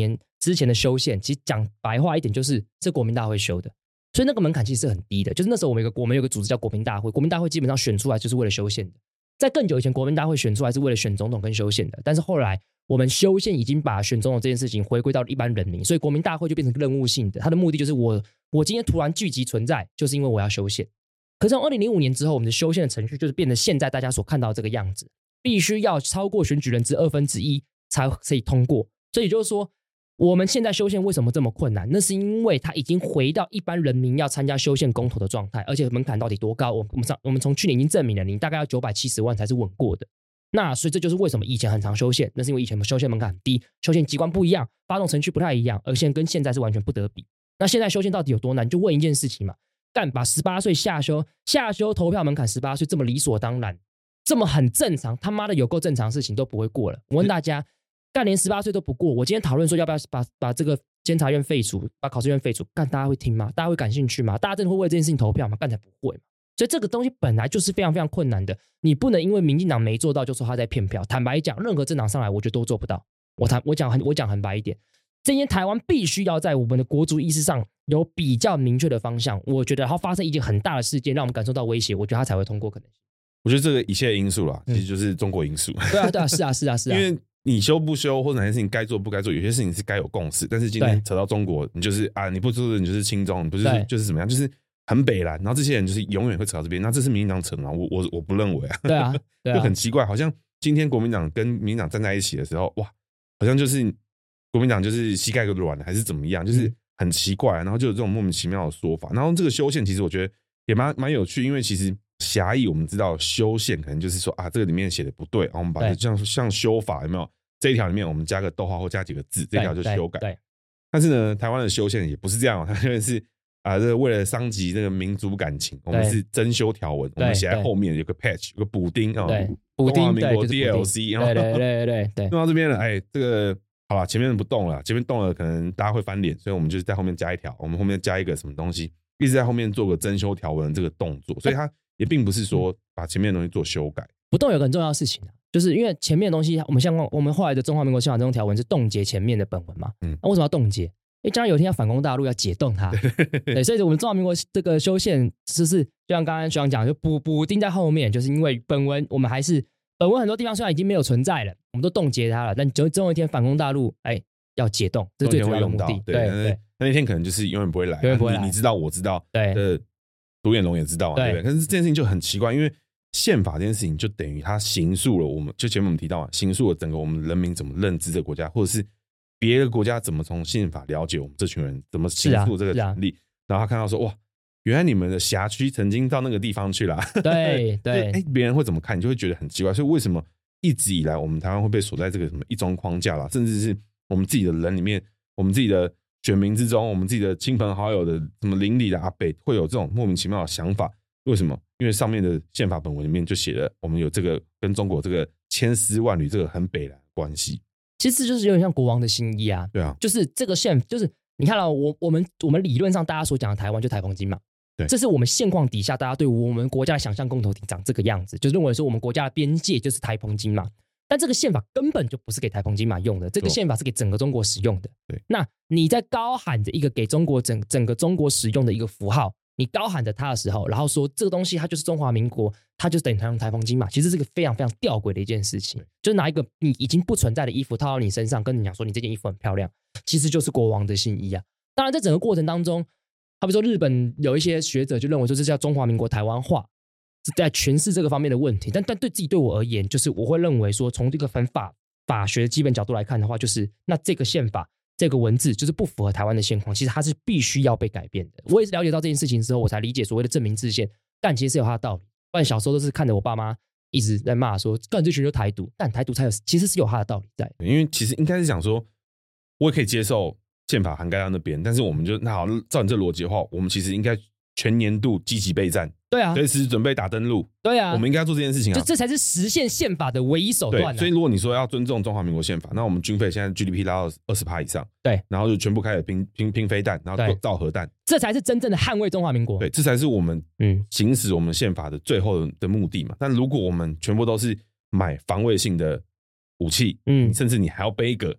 之前的修宪，其实讲白话一点就是这国民大会修的，所以那个门槛其实是很低的。就是那时候我们有个组织叫国民大会，国民大会基本上选出来就是为了修宪的。在更久以前，国民大会选出来是为了选总统跟修宪的，但是后来我们修宪已经把选总统这件事情回归到一般人民，所以国民大会就变成任务性的，它的目的就是我今天突然聚集存在，就是因为我要修宪。可是从2005年之后，我们的修宪的程序就是变得现在大家所看到的这个样子，必须要超过选举人之1/2才可以通过。所以也就是说，我们现在修宪为什么这么困难？那是因为它已经回到一般人民要参加修宪公投的状态，而且门槛到底多高？我们从去年已经证明了，你大概要970万才是稳过的。那所以这就是为什么以前很常修宪，那是因为以前修宪门槛很低，修宪机关不一样，发动程序不太一样，而现在跟现在是完全不得比。那现在修宪到底有多难？就问一件事情嘛，干把18岁下修投票门槛18岁这么理所当然，这么很正常，他妈的有够正常的事情都不会过了。我问大家，干连18岁都不过，我今天讨论说要不要把这个监察院废除，把考试院废除，干大家会听吗？大家会感兴趣吗？大家真的会为这件事情投票吗？干才不会嘛。所以这个东西本来就是非常非常困难的，你不能因为民进党没做到就说他在骗票。坦白讲，任何政党上来，我觉得都做不到。我讲很白一点，今天台湾必须要在我们的国族意识上有比较明确的方向。我觉得它发生一件很大的事件，让我们感受到威胁，我觉得它才会通过可能性。 我觉得这个一切的因素啦，其实就是中国因素。 对啊，是啊。 因为你修不修，或者哪些事情该做不该做，有些事情是该有共识。但是今天扯到中国，你就是啊，你不做你就是亲中，你不是就是怎么样，就是很北蓝。然后这些人就是永远会扯到这边，那这是民进党扯吗？我不认为啊。 对啊， 就很奇怪，好像今天国民党跟民进党站在一起的时候，哇，好像就是国民党就是膝盖软了，还是怎么样，就是很奇怪。然后就有这种莫名其妙的说法。然后这个修宪其实我觉得也蛮有趣，因为其实狭义我们知道修宪可能就是说啊，这个里面写的不对，然后我们把这像修法有没有？这一条里面我们加个逗号或加几个字，这一条就修改。对。但是呢，台湾的修宪也不是这样，它就是这个为了伤及这个民族感情，我们是增修条文，我们写在后面有个 patch， 有个补丁啊， 补丁民国 DLC， 对， 弄到这边了，哎，这个好了，前面不动了，前面动了可能大家会翻脸，所以我们就是在后面加一条，我们后面加一个什么东西，一直在后面做个增修条文的这个动作，所以它也并不是说把前面的东西做修改。 不动有个很重要的事情就是因为前面的东西，我们后来的中华民国宪法这种条文是冻结前面的本文嘛，那为什么要冻结？因为将来有一天要反攻大陆，要解冻它。对，所以我们中华民国这个修宪就是就像刚刚学长讲，就补丁在后面，就是因为本文我们还是本文很多地方虽然已经没有存在了，我们都冻结它了，但总有一天反攻大陆，要解冻，这是最主要的目的。 对，那天可能就是永远不会来，你知道，我知道， 对， 独眼龙也知道嘛，对不对？可是这件事情就很奇怪，因为宪法这件事情就等于它形塑了我们，就前面我们提到嘛，形塑了整个我们人民怎么认知这个国家，或者是别的国家怎么从宪法了解我们这群人，怎么形塑这个权利。然后他看到说，哇，原来你们的辖区曾经到那个地方去了。 对， 别人会怎么看，你就会觉得很奇怪。所以为什么一直以来我们台湾会被锁在这个什么一中框架啦，甚至是我们自己的人里面，我们自己的选民之中，我们自己的亲朋好友的什么邻里的阿伯会有这种莫名其妙的想法？为什么？因为上面的宪法本文里面就写了，我们有这个跟中国这个千丝万缕这个很北的关系。 其实就是有点像国王的新衣啊。 对啊， 就是这个就是你看到我们理论上大家所讲的台湾就台澎金马， 对， 这是我们现况底下大家对我们国家的想象公投体长这个样子，就认为说我们国家的边界就是台澎金马。但这个宪法根本就不是给台澎金马用的，这个宪法是给整个中国使用的。 对， 那你在高喊着一个给中国整个中国使用的一个符号。你高喊着它的时候，然后说这个东西它就是中华民国，它就等于台澎金马，其实是个非常非常吊诡的一件事情。就是拿一个你已经不存在的衣服套到你身上，跟你讲说你这件衣服很漂亮，其实就是国王的新衣啊。当然，在整个过程当中，好比说日本有一些学者就认为说这叫中华民国台湾化，是在诠释这个方面的问题。但对我而言，就是我会认为说，从这个法学基本角度来看的话，就是那这个宪法。这个文字就是不符合台湾的现况，其实它是必须要被改变的。我也是了解到这件事情之后，我才理解所谓的证明制宪，但其实是有它的道理。不然小时候都是看着我爸妈一直在骂说，干这群就台独，但台独其实是有它的道理在。 因为其实应该是讲说，我也可以接受宪法涵盖到那边，但是我们就那好，照你这逻辑的话，我们其实应该全年度积极备战。 对啊， 随时准备打登陆。 对啊， 我们应该做这件事情啊， 这才是实现宪法的唯一手段啊。 对，所以如果你说要尊重中华民国宪法，那我们军费现在 GDP 拉到20%以上， 对， 然后就全部开始拼飞弹，然后造核弹， 这才是真正的捍卫中华民国。 对，这才是我们行使我们宪法的最后的目的嘛。但如果我们全部都是买防卫性的武器，甚至你还要背一个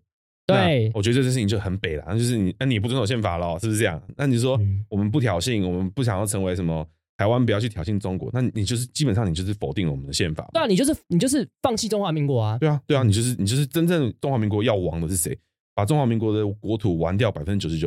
对， 我觉得这件事情就很北啦，就是你不遵守宪法咯，是不是这样？那你说我们不挑衅，我们不想要成为什么台湾不要去挑衅中国，那你就是基本上你就是否定了我们的宪法。 对啊，你就是放弃中华民国啊。 对啊，你就是真正中华民国要亡的是谁？把中华民国的国土玩掉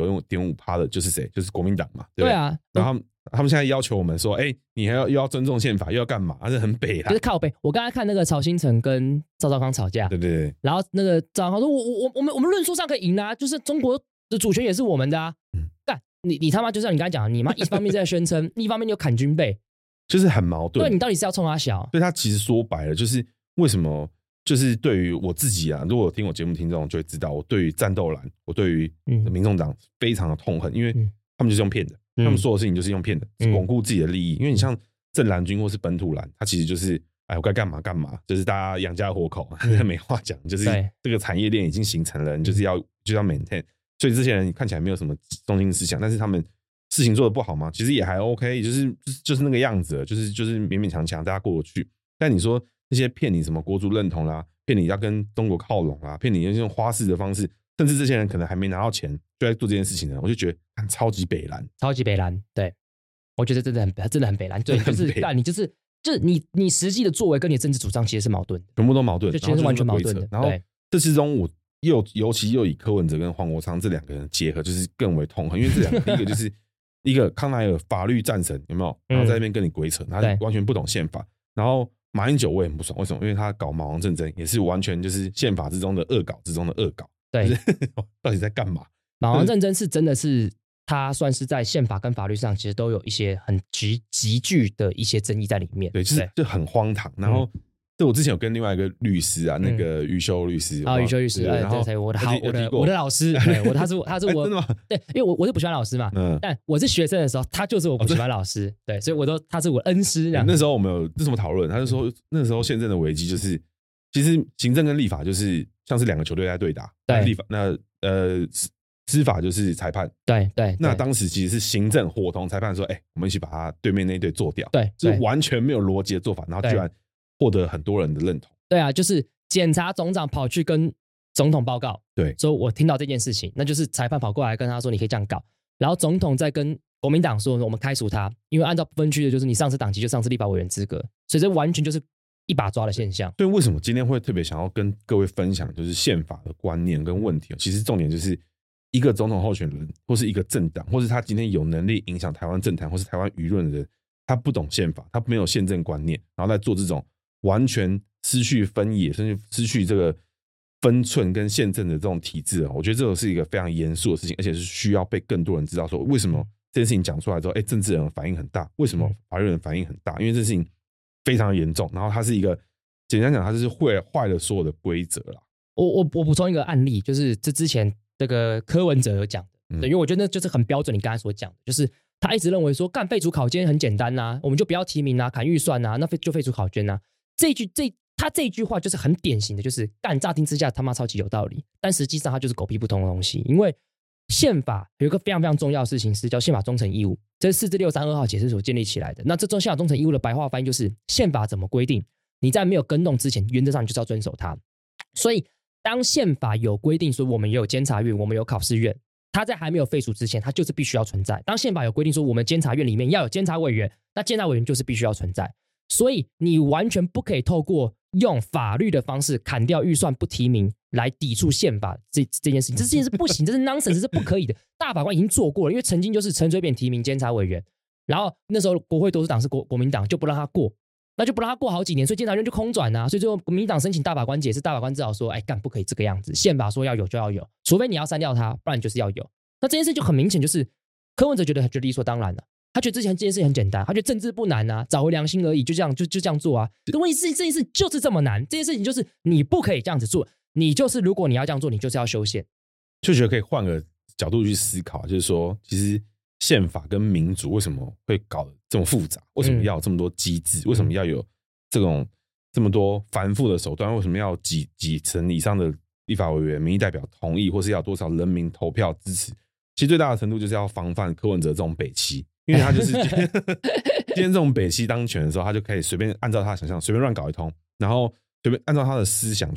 99.5%的就是谁？就是国民党嘛。对啊，然后他们现在要求我们说，你又要尊重宪法，又要干嘛？这很北啦， 就是靠北。我刚才看那个曹新成跟赵少康吵架， 对， 然后那个赵少康说，我们论述上可以赢啊，就是中国的主权也是我们的啊。干你他妈就像你刚才讲的，你妈一方面在宣称，另一方面又砍军备， 就是很矛盾。 对，你到底是要冲他小？ 对，他其实说白了就是为什么？就是对于我自己啊，如果有听我节目听众就会知道，我对于战斗蓝，我对于民众党非常的痛恨，因为他们就是用骗的，他们所有事情就是用骗的，巩固自己的利益。因为你像正蓝军或是本土蓝，它其实就是我该干嘛干嘛，就是大家养家活口，没话讲，就是这个产业链已经形成了，你就是要maintain。所以这些人看起来没有什么中心思想，但是他们事情做得不好吗？其实也还 OK， 就是那个样子了，就是勉勉强强大家过得去。但你说那些骗你什么国族认同啦，骗你要跟中国靠拢啦，骗你用花式的方式，甚至这些人可能还没拿到钱就在做这件事情的，我就觉得超级北蓝， 超级北蓝。对，我觉得真的很北蓝。对，就是干你就是你实际的作为跟你的政治主张其实是矛盾的， 全部都矛盾， 就其实是完全矛盾的。 然后这之中我尤其以柯文哲跟黄国昌这两个人结合，就是更为痛恨，因为这两个第一个就是一个康乃尔法律战神有没有？然后在那边跟你鬼扯，他完全不懂宪法，然后。马英九我也很不爽，为什么？因为他搞马王政争也是完全就是宪法之中的恶搞之中的恶搞， 对， 就是到底在干嘛？ 马王政争是真的是他算是在宪法跟法律上其实都有一些很极具的一些争议在里面， 对，就很荒唐。然后，对我之前有跟另外一个律师啊，那个余修律师余修律师，然后我的老师，他是我真的吗？对，因为我是补习班老师嘛，但我是学生的时候，他就是我补习班老师，对，所以他是我恩师。 那时候我们有这什么讨论？他就说那时候宪政的危机就是，其实行政跟立法就是像是两个球队在对打， 对， 立法司法就是裁判， 对。 那当时其实是行政伙同裁判说，我们一起把他对面那一队做掉， 对， 就是完全没有逻辑的做法，然后居然获得很多人的认同。 对啊，就是检察总长跑去跟总统报告， 对， 说我听到这件事情，那就是裁判跑过来跟他说你可以这样搞，然后总统再跟国民党说我们开除他，因为按照不分区的就是你上次党籍就上次立法委员资格，所以这完全就是一把抓的现象。 所以为什么今天会特别想要跟各位分享就是宪法的观念跟问题？其实重点就是一个总统候选人或是一个政党，或是他今天有能力影响台湾政坛或是台湾舆论的人，他不懂宪法，他没有宪政观念，然后在做这种完全失去分野甚至失去这个分寸跟宪政的这种体制，我觉得这个是一个非常严肃的事情，而且是需要被更多人知道说为什么这件事情讲出来之后政治人反应很大，为什么法律人反应很大，因为这事情非常严重，然后它是一个简单讲它就是坏了所有的规则啦。 我补充一个案例，就是这之前这个柯文哲有讲的，因为我觉得那就是很标准你刚才所讲的，就是他一直认为说干废除考监很简单啊，我们就不要提名啊，砍预算啊，那就废除考监啊。他这句话就是很典型的，就是干乍听之下他妈超级有道理，但实际上他就是狗屁不通的东西。因为宪法有一个非常非常重要的事情是叫宪法忠诚义务，这是4至632号解释所建立起来的。那这宪法忠诚义务的白话翻译就是宪法怎么规定，你在没有更动之前，原则上你就是要遵守它。所以当宪法有规定说我们也有监察院，我们有考试院，它在还没有废除之前，它就是必须要存在。当宪法有规定说我们监察院里面要有监察委员，那监察委员就是必须要存在。所以你完全不可以透过用法律的方式砍掉预算不提名来抵触宪法这件事情，这件事不行，这是 nonsense， 是不可以的。大法官已经做过了，因为曾经就是陈水扁提名监察委员，然后那时候国会多数党是国民党，就不让他过，那就不让他过好几年，所以监察院就空转啊。所以最后国民党申请大法官解释，大法官只好说，干不可以这个样子，宪法说要有就要有，除非你要删掉它，不然你就是要有。那这件事就很明显，就是柯文哲觉得理所当然了。他觉得之前这件事很简单，他觉得政治不难啊，找回良心而已，就这样做啊。可问题是这件事就是这么难，这件事情就是你不可以这样子做，你就是如果你要这样做，你就是要修宪。 就觉得可以换个角度去思考，就是说，其实宪法跟民主为什么会搞得这么复杂？为什么要有这么多机制？为什么要有这么多繁复的手段？为什么要几成以上的立法委员、民意代表同意，或是要多少人民投票支持？其实最大的程度就是要防范柯文哲这种北七。因为他就是今天这种北七当权的时候，他就可以随便按照他的想象随便乱搞一通，然后随便按照他的思想去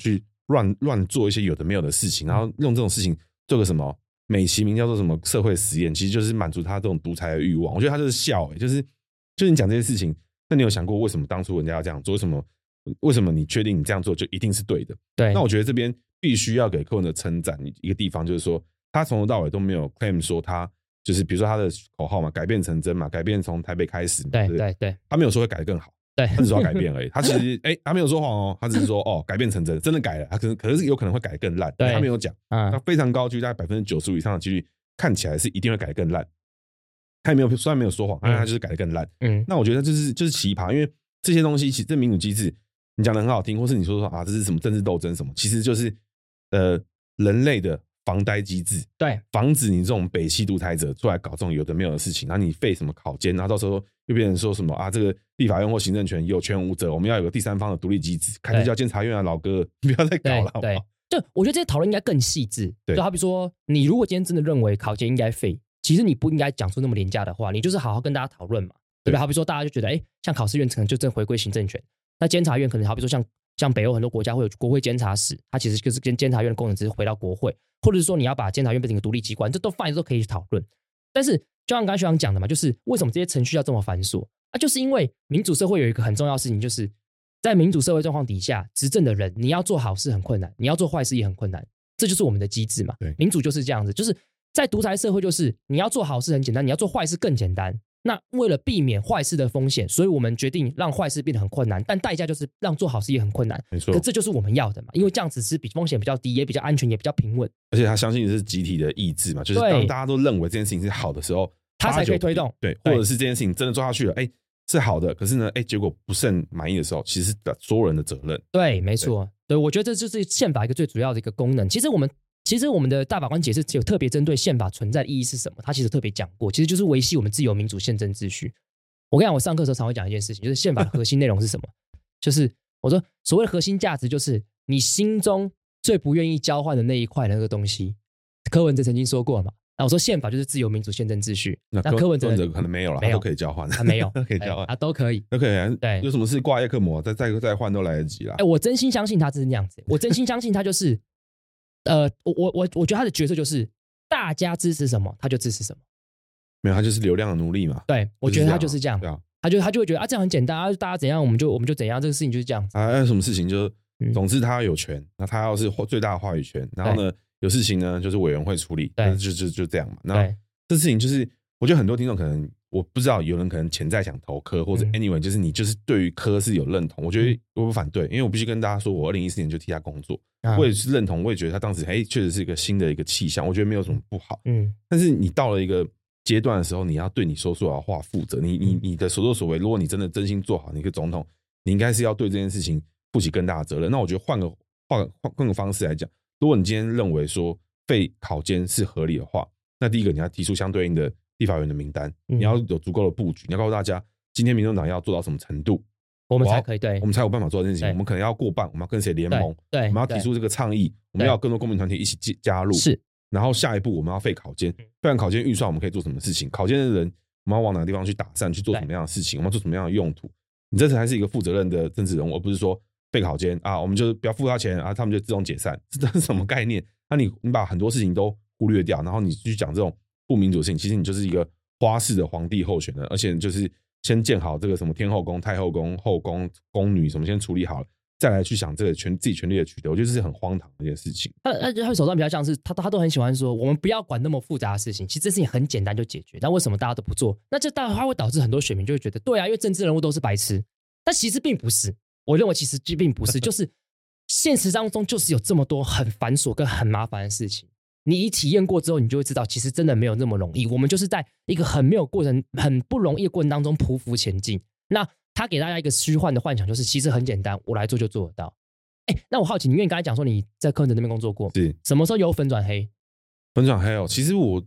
乱做一些有的没有的事情，然后用这种事情做个什么美其名叫做什么社会实验，其实就是满足他这种独裁的欲望。我觉得他就是笑就是你讲这些事情，那你有想过为什么当初人家要这样做？为什么你确定你这样做就一定是对的？ 对， 那我觉得这边必须要给柯文哲称赞一个地方，就是说他从头到尾都没有 claim 说他就是比如说他的口号嘛，改变成真嘛，改变从台北开始嘛， 对， 他没有说会改得更好。 对， 他只说要改变而已。他其实他没有说谎哦，他只是说改变成真，真的改了。他可是有可能会改得更烂，他没有讲。他非常高几率，大概95%以上的几率，看起来是一定会改得更烂。他也没有，虽然没有说谎，但他就是改得更烂。那我觉得就是奇葩，因为这些东西其实这民主机制，你讲的很好听，或是你说啊这是什么政治斗争什么，其实就是人类的防呆机制， 对， 防止你这种北系独裁者出来搞这种有的没有的事情，然后你废什么考监，然后到时候又变成说什么啊，这个立法院或行政权有权无责，我们要有个第三方的独立机制，开始叫监察院啊，老哥，不要再搞了，好不好？ 就我觉得这些讨论应该更细致。就好比说，你如果今天真的认为考监应该废，其实你不应该讲出那么廉价的话，你就是好好跟大家讨论嘛，对吧？好比说，大家就觉得，像考试院可能就真回归行政权，那监察院可能好比说像北欧很多国家会有国会监察室，它其实就是跟监察院的功能只是回到国会，或者是说你要把监察院变成一个独立机关，这都都可以去讨论。但是就像刚才学长讲的嘛，就是为什么这些程序要这么繁琐啊？就是因为民主社会有一个很重要的事情，就是在民主社会状况底下，执政的人你要做好事很困难，你要做坏事也很困难，这就是我们的机制嘛。民主就是这样子，就是在独裁社会，就是你要做好事很简单，你要做坏事更简单。那为了避免坏事的风险，所以我们决定让坏事变得很困难，但代价就是让做好事也很困难。 没错， 可这就是我们要的嘛，因为这样子是比风险比较低，也比较安全，也比较平稳。 而且他相信是集体的意志嘛，就是当大家都认为这件事情是好的时候， 他才可以推动。 对，或者是这件事情真的做下去了，是好的，可是呢，结果不甚满意的时候，其实是所有人的责任。 对，没错。对，我觉得这就是宪法一个最主要的一个功能。其实我们的大法官解释有特别针对宪法存在的意义是什么，他其实特别讲过，其实就是维系我们自由民主宪政秩序。我跟你讲，我上课的时候常会讲一件事情，就是宪法的核心内容是什么？就是我说所谓的核心价值，就是你心中最不愿意交换的那一块的那个东西。柯文哲曾经说过嘛，那我说宪法就是自由民主宪政秩序。那柯文哲可能没有了，他都可以交换， 他没有可以交换， 都可以， 都可以。 对， 有什么事挂叶克膜，再换都来得及啦。 我真心相信他是那样子，我真心相信他就是，我觉得他的角色就是大家支持什么他就支持什么。 没有，他就是流量的奴隶嘛。 对，我觉得他就是这样。 对啊， 他就会觉得这样很简单啊，大家怎样我们就怎样，这个事情就是这样子。 有什么事情就总之他有权，那他要是最大的话语权，然后呢有事情呢就是委员会处理，就这样嘛。那这事情就是我觉得很多听众可能我不知道，有人可能潜在想投科，或者 anyway 就是你就是对于科是有认同，我觉得我不反对，因为我必须跟大家说，我2014年就替他工作，我也是认同，我也觉得他当时确实是一个新的一个气象，我觉得没有什么不好。但是你到了一个阶段的时候，你要对你说的话负责。你的所作所为，如果你真的真心做好，你一个总统，你应该是要对这件事情负起更大的责任。那我觉得换个方式来讲，如果你今天认为说废考监是合理的话，那第一个你要提出相对应的立法委员的名单，你要有足够的布局，你要告诉大家今天民众党要做到什么程度， 我们才可以我们才有办法做这件事情。我们可能要过半，我们要跟谁联盟， 对， 我们要提出这个倡议，我们要更多公民团体一起加入。 是。 然后下一步我们要废考监，废完考监预算我们可以做什么事情？考监的人我们要往哪个地方去打散，去做什么样的事情？我们要做什么样的用途？你这才是一个负责任的政治人物，而不是说废考监啊，我们就不要付他钱啊，他们就自动解散，这是什么概念？那你把很多事情都忽略掉，然后你去讲这种不民主的事情，其实你就是一个花式的皇帝候选人，而且就是先建好这个什么天后宫、太后宫、后宫、宫女什么先处理好了。再来去想这个自己权力的取得，我觉得这是很荒唐的一件事情。 他手段比较像是他都很喜欢说，我们不要管那么复杂的事情，其实这事情很简单就解决。但为什么大家都不做？那这当然它会导致很多选民就会觉得，对啊，因为政治人物都是白痴。但其实并不是，我认为其实并不是，就是现实当中就是有这么多很繁琐跟很麻烦的事情。你一体验过之后，你就会知道，其实真的没有那么容易。我们就是在一个很没有过程、很不容易的过程当中匍匐前进。那他给大家一个虚幻的幻想，就是其实很简单，我来做就做得到。那我好奇，因为你刚才讲说你在柯文哲那边工作过， 是什么时候由粉转黑？ 粉转黑哦，其实我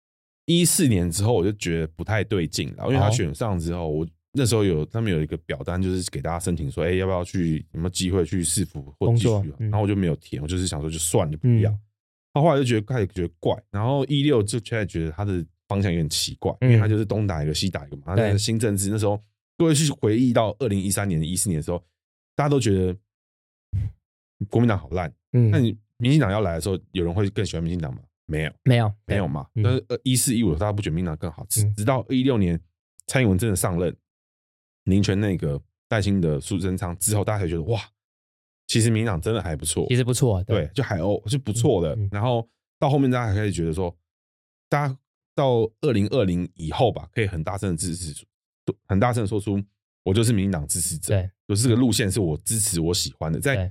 14年之后我就觉得不太对劲了，因为他选上之后，我那时候他们有一个表单，就是给大家申请说，要不要去有没有机会去市府或继续，然后我就没有填，我就是想说就算了，就不要。后来就开始觉得怪，然后16就开始觉得他的方向有点奇怪，因为他就是东打一个西打一个嘛，他新政治那时候各位去回忆到2013年、14年的时候，大家都觉得国民党好烂， 那你民进党要来的时候，有人会更喜欢民进党吗？没有嘛。但是14、15大家不觉得民进党更好，直到2016年蔡英文真的上任，民权那个带新的苏贞昌之后，大家才觉得哇，其实民进党真的还不错， 其实不错， 对，就就不错的。然后到后面大家还开始觉得说，大家到2020以后吧，可以很大声的支持，很大声的说出我就是民进党支持者，对，就是这个路线是我支持我喜欢的。在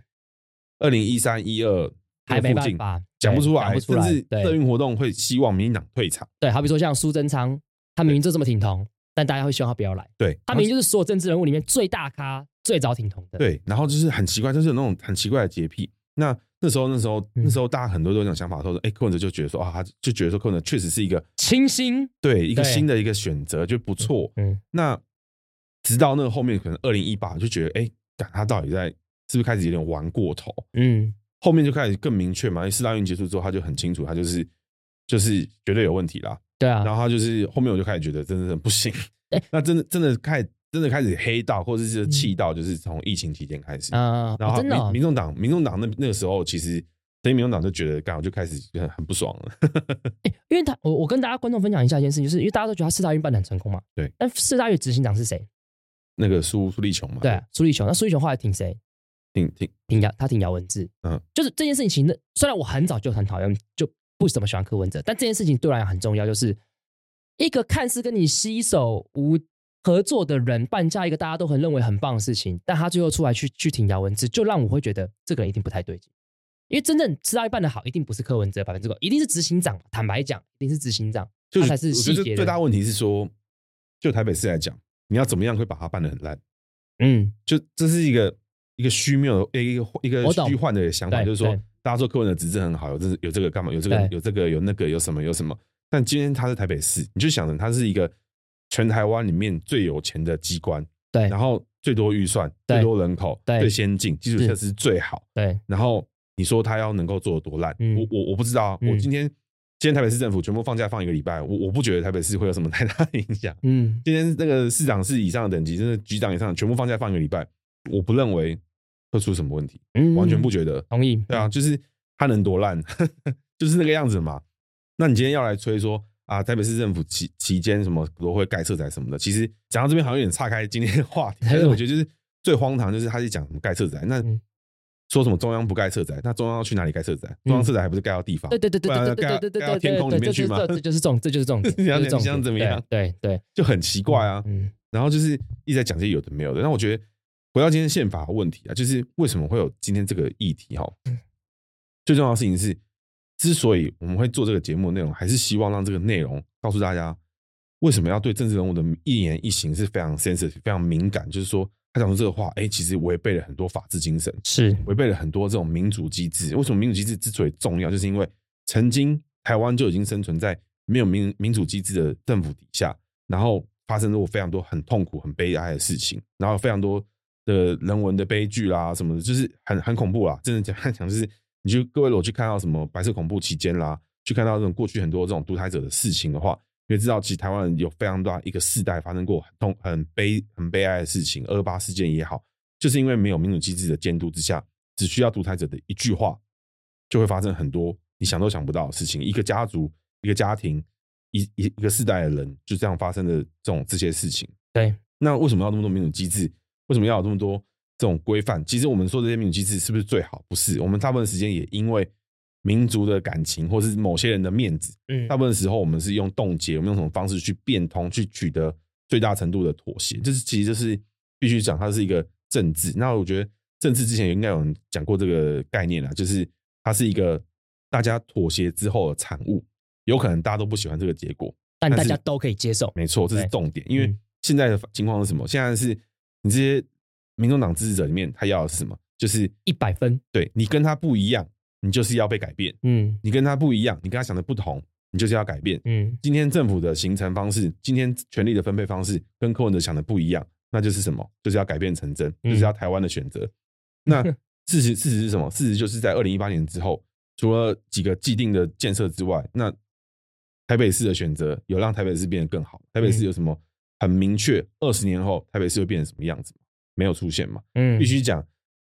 2013、12 还没办法讲不出来，甚至社运活动会希望民进党退场。 对，好比说像苏贞昌，他明明就这么挺同，但大家会希望他不要来。 对， 他明明就是所有政治人物里面最大咖、最早挺同的。 对，然后就是很奇怪，就是有那种很奇怪的洁癖。那时候大家很多都有那种想法，说柯文哲就觉得说他就觉得说柯文哲确实是一个清新， 对，一个新的一个选择，就不错。那直到那个后面可能2018就觉得他到底是不是开始有点玩过头？后面就开始更明确嘛，因为4大运结束之后，他就很清楚，他就是绝对有问题啦。 对啊， 然后他就是后面我就开始觉得真的不行，那真的开始黑到，或者是气到，就是从疫情期间开始然后民众党那个时候，其实所以民众党就觉得，刚好就开始很不爽了。 因为我跟大家观众分享一下一件事情，就是因为大家都觉得他4大运办得很成功嘛， 对。 但4大运执行长是谁？ 那个苏立琼嘛， 对，苏立琼。那苏立琼后来挺谁？他挺姚文智。就是这件事情，虽然我很早就很讨厌，就不怎么喜欢柯文哲，但这件事情对我来讲很重要，就是一个看似跟你携手无合作的人办下一个大家都很认为很棒的事情，但他最后出来去挺姚文智，就让我会觉得这个人一定不太对劲。因为真正4大运办得好，一定不是柯文哲100%，一定是执行长。坦白讲，一定是执行长，他才是细节的。我觉得最大问题是说，就台北市来讲，你要怎么样会把它办得很烂？就这是一个虚谬的一个虚幻的想法，就是说大家说柯文哲执政很好，有这个干嘛？有这个有那个有什么？但今天他是台北市，你就想着他是一个全台湾里面最有钱的机关，对，然后最多预算、最多人口、最先进、基础设施最好，对。然后你说他要能够做得多烂？我不知道。我今天台北市政府全部放假放1个礼拜，我不觉得台北市会有什么太大的影响。今天那个市长是以上的等级，真的局长以上全部放假放1个礼拜，我不认为会出什么问题，完全不觉得。 同意。 对啊，就是他能多烂，就是那个样子嘛。那你今天要来吹说台北市政府期间什么都会盖社宅什么的，其实讲到这边好像有点岔开今天的话题。但是我觉得就是最荒唐，就是他是讲什么盖社宅，那说什么中央不盖社宅，那中央要去哪里盖社宅？中央社宅还不是盖到地方？对，盖到天空里面去吗？ 这就是重点。 你想怎么样？ 对，就很奇怪啊。然后就是一直在讲这些有的没有的。那我觉得回到今天宪法的问题啊，就是为什么会有今天这个议题最重要的事情是，之所以我们会做这个节目的内容，还是希望让这个内容告诉大家，为什么要对政治人物的一言一行是非常 sensitive、非常敏感。就是说，他讲出这个话，其实违背了很多法治精神，是违背了很多这种民主机制。为什么民主机制之所以重要，就是因为曾经台湾就已经生存在没有民主机制的政府底下，然后发生过非常多很痛苦、很悲哀的事情，然后非常多的人文的悲剧啦什么的，就是很恐怖啦。真的讲就是。各位如果去看到什么白色恐怖期间啦，去看到这种过去很多这种独裁者的事情的话，你会知道其实台湾人有非常大一个世代发生过很悲哀的事情。228事件也好，就是因为没有民主机制的监督之下，只需要独裁者的一句话，就会发生很多你想都想不到的事情。一个家族、一个家庭、一个世代的人就这样发生的这些事情。对，那为什么要那么多民主机制？为什么要有这么多这种规范？其实我们说这些民主机制是不是最好？不是，我们大部分时间也因为民族的感情或是某些人的面子，大部分时候我们是用冻结，我们用什么方式去变通，去取得最大程度的妥协。其实就是必须讲它是一个政治。那我觉得政治之前应该有人讲过这个概念啦，就是它是一个大家妥协之后的产物，有可能大家都不喜欢这个结果， 但大家都可以接受。 没错，这是重点。因为现在的情况是什么？现在是你这些民众党支持者里面，他要的是什么？就是 100分。 对，你跟他不一样，你就是要被改变。你跟他不一样，你跟他想的不同，你就是要改变。今天政府的形成方式，今天权力的分配方式跟柯文哲想的不一样，那就是什么？就是要改变成真，就是要台湾的选择。那事实是什么？事实就是在2018年之后，除了几个既定的建设之外，那台北市的选择有让台北市变得更好。台北市有什么很明确？20年后台北市会变成什么样子？没有出现嘛？必须讲，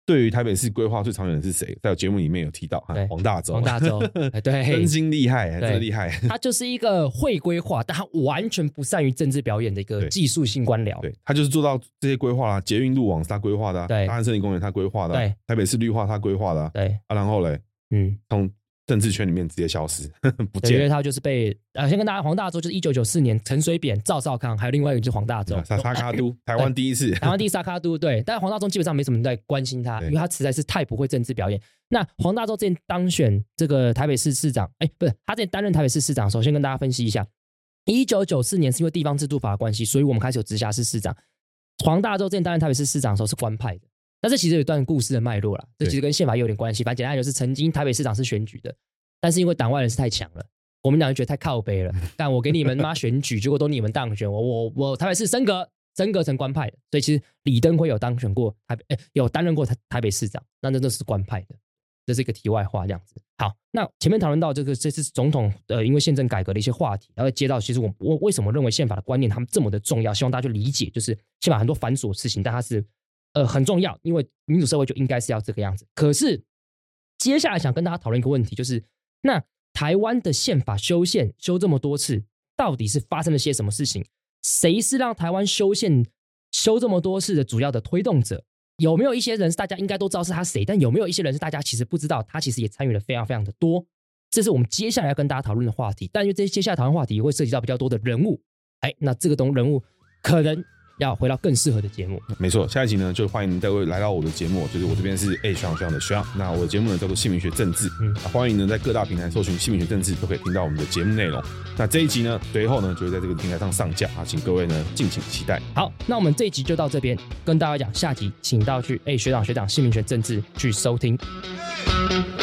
对于台北市规划最长远的是谁？在节目里面有提到黄大洲。 黄大洲，对， 真心厉害，真的厉害。 他就是一个会规划，但他完全不善于政治表演的一个技术性官僚。 对，他就是做到这些规划啦，捷运路网是他规划的，大安森林公园他规划的，台北市绿化他规划的， 对然后嘞，从政治圈里面直接消失不见。 因为他就是被先跟大家，黄大洲就是1994年陈水扁、赵少康，还有另外一个就是黄大洲， 沙卡都，台湾第一次， 台湾第一沙卡都，对。但黄大洲基本上没什么人在关心他，因为他实在是太不会政治表演。那黄大洲之前当选这个台北市市长，不是他之前担任台北市市长，首先跟大家分析一下，1994年是因为地方制度法的关系，所以我们开始有直辖市市长。黄大洲之前担任台北市市长的时候是官派的。但是其实有一段故事的脉络啦，这其实跟宪法也有点关系。反正简单来说是，曾经台北市长是选举的，但是因为党外人士太强了，我们两人觉得太靠北了，但我给你们妈选举，结果都你们当选，我台北市升格成官派的，所以其实李登辉有当选过有担任过台北市长，那真的是官派的，这是一个题外话这样子。好，那前面讨论到这次总统因为宪政改革的一些话题，然后接到其实我为什么认为宪法的观念他们这么的重要，希望大家去理解，就是宪法很多繁琐的事情，但它是很重要，因为民主社会就应该是要这个样子。可是接下来想跟大家讨论一个问题，就是那台湾的宪法修宪修这么多次，到底是发生了些什么事情？谁是让台湾修宪修这么多次的主要的推动者？有没有一些人是大家应该都知道是他谁，但有没有一些人是大家其实不知道，他其实也参与了非常非常的多？这是我们接下来要跟大家讨论的话题。但因为这接下来讨论话题会涉及到比较多的人物，那这个人物可能要回到更适合的节目。 没错，下一集呢就欢迎各位来到我的节目，就是我这边是学长的学长。那我的节目呢叫做姓名学政治，欢迎呢在各大平台搜寻姓名学政治，都可以听到我们的节目内容。那这一集呢随后呢就会在这个平台上上架请各位呢敬请期待。 好，那我们这一集就到这边，跟大家讲，下集请到去学长姓名学政治去收听。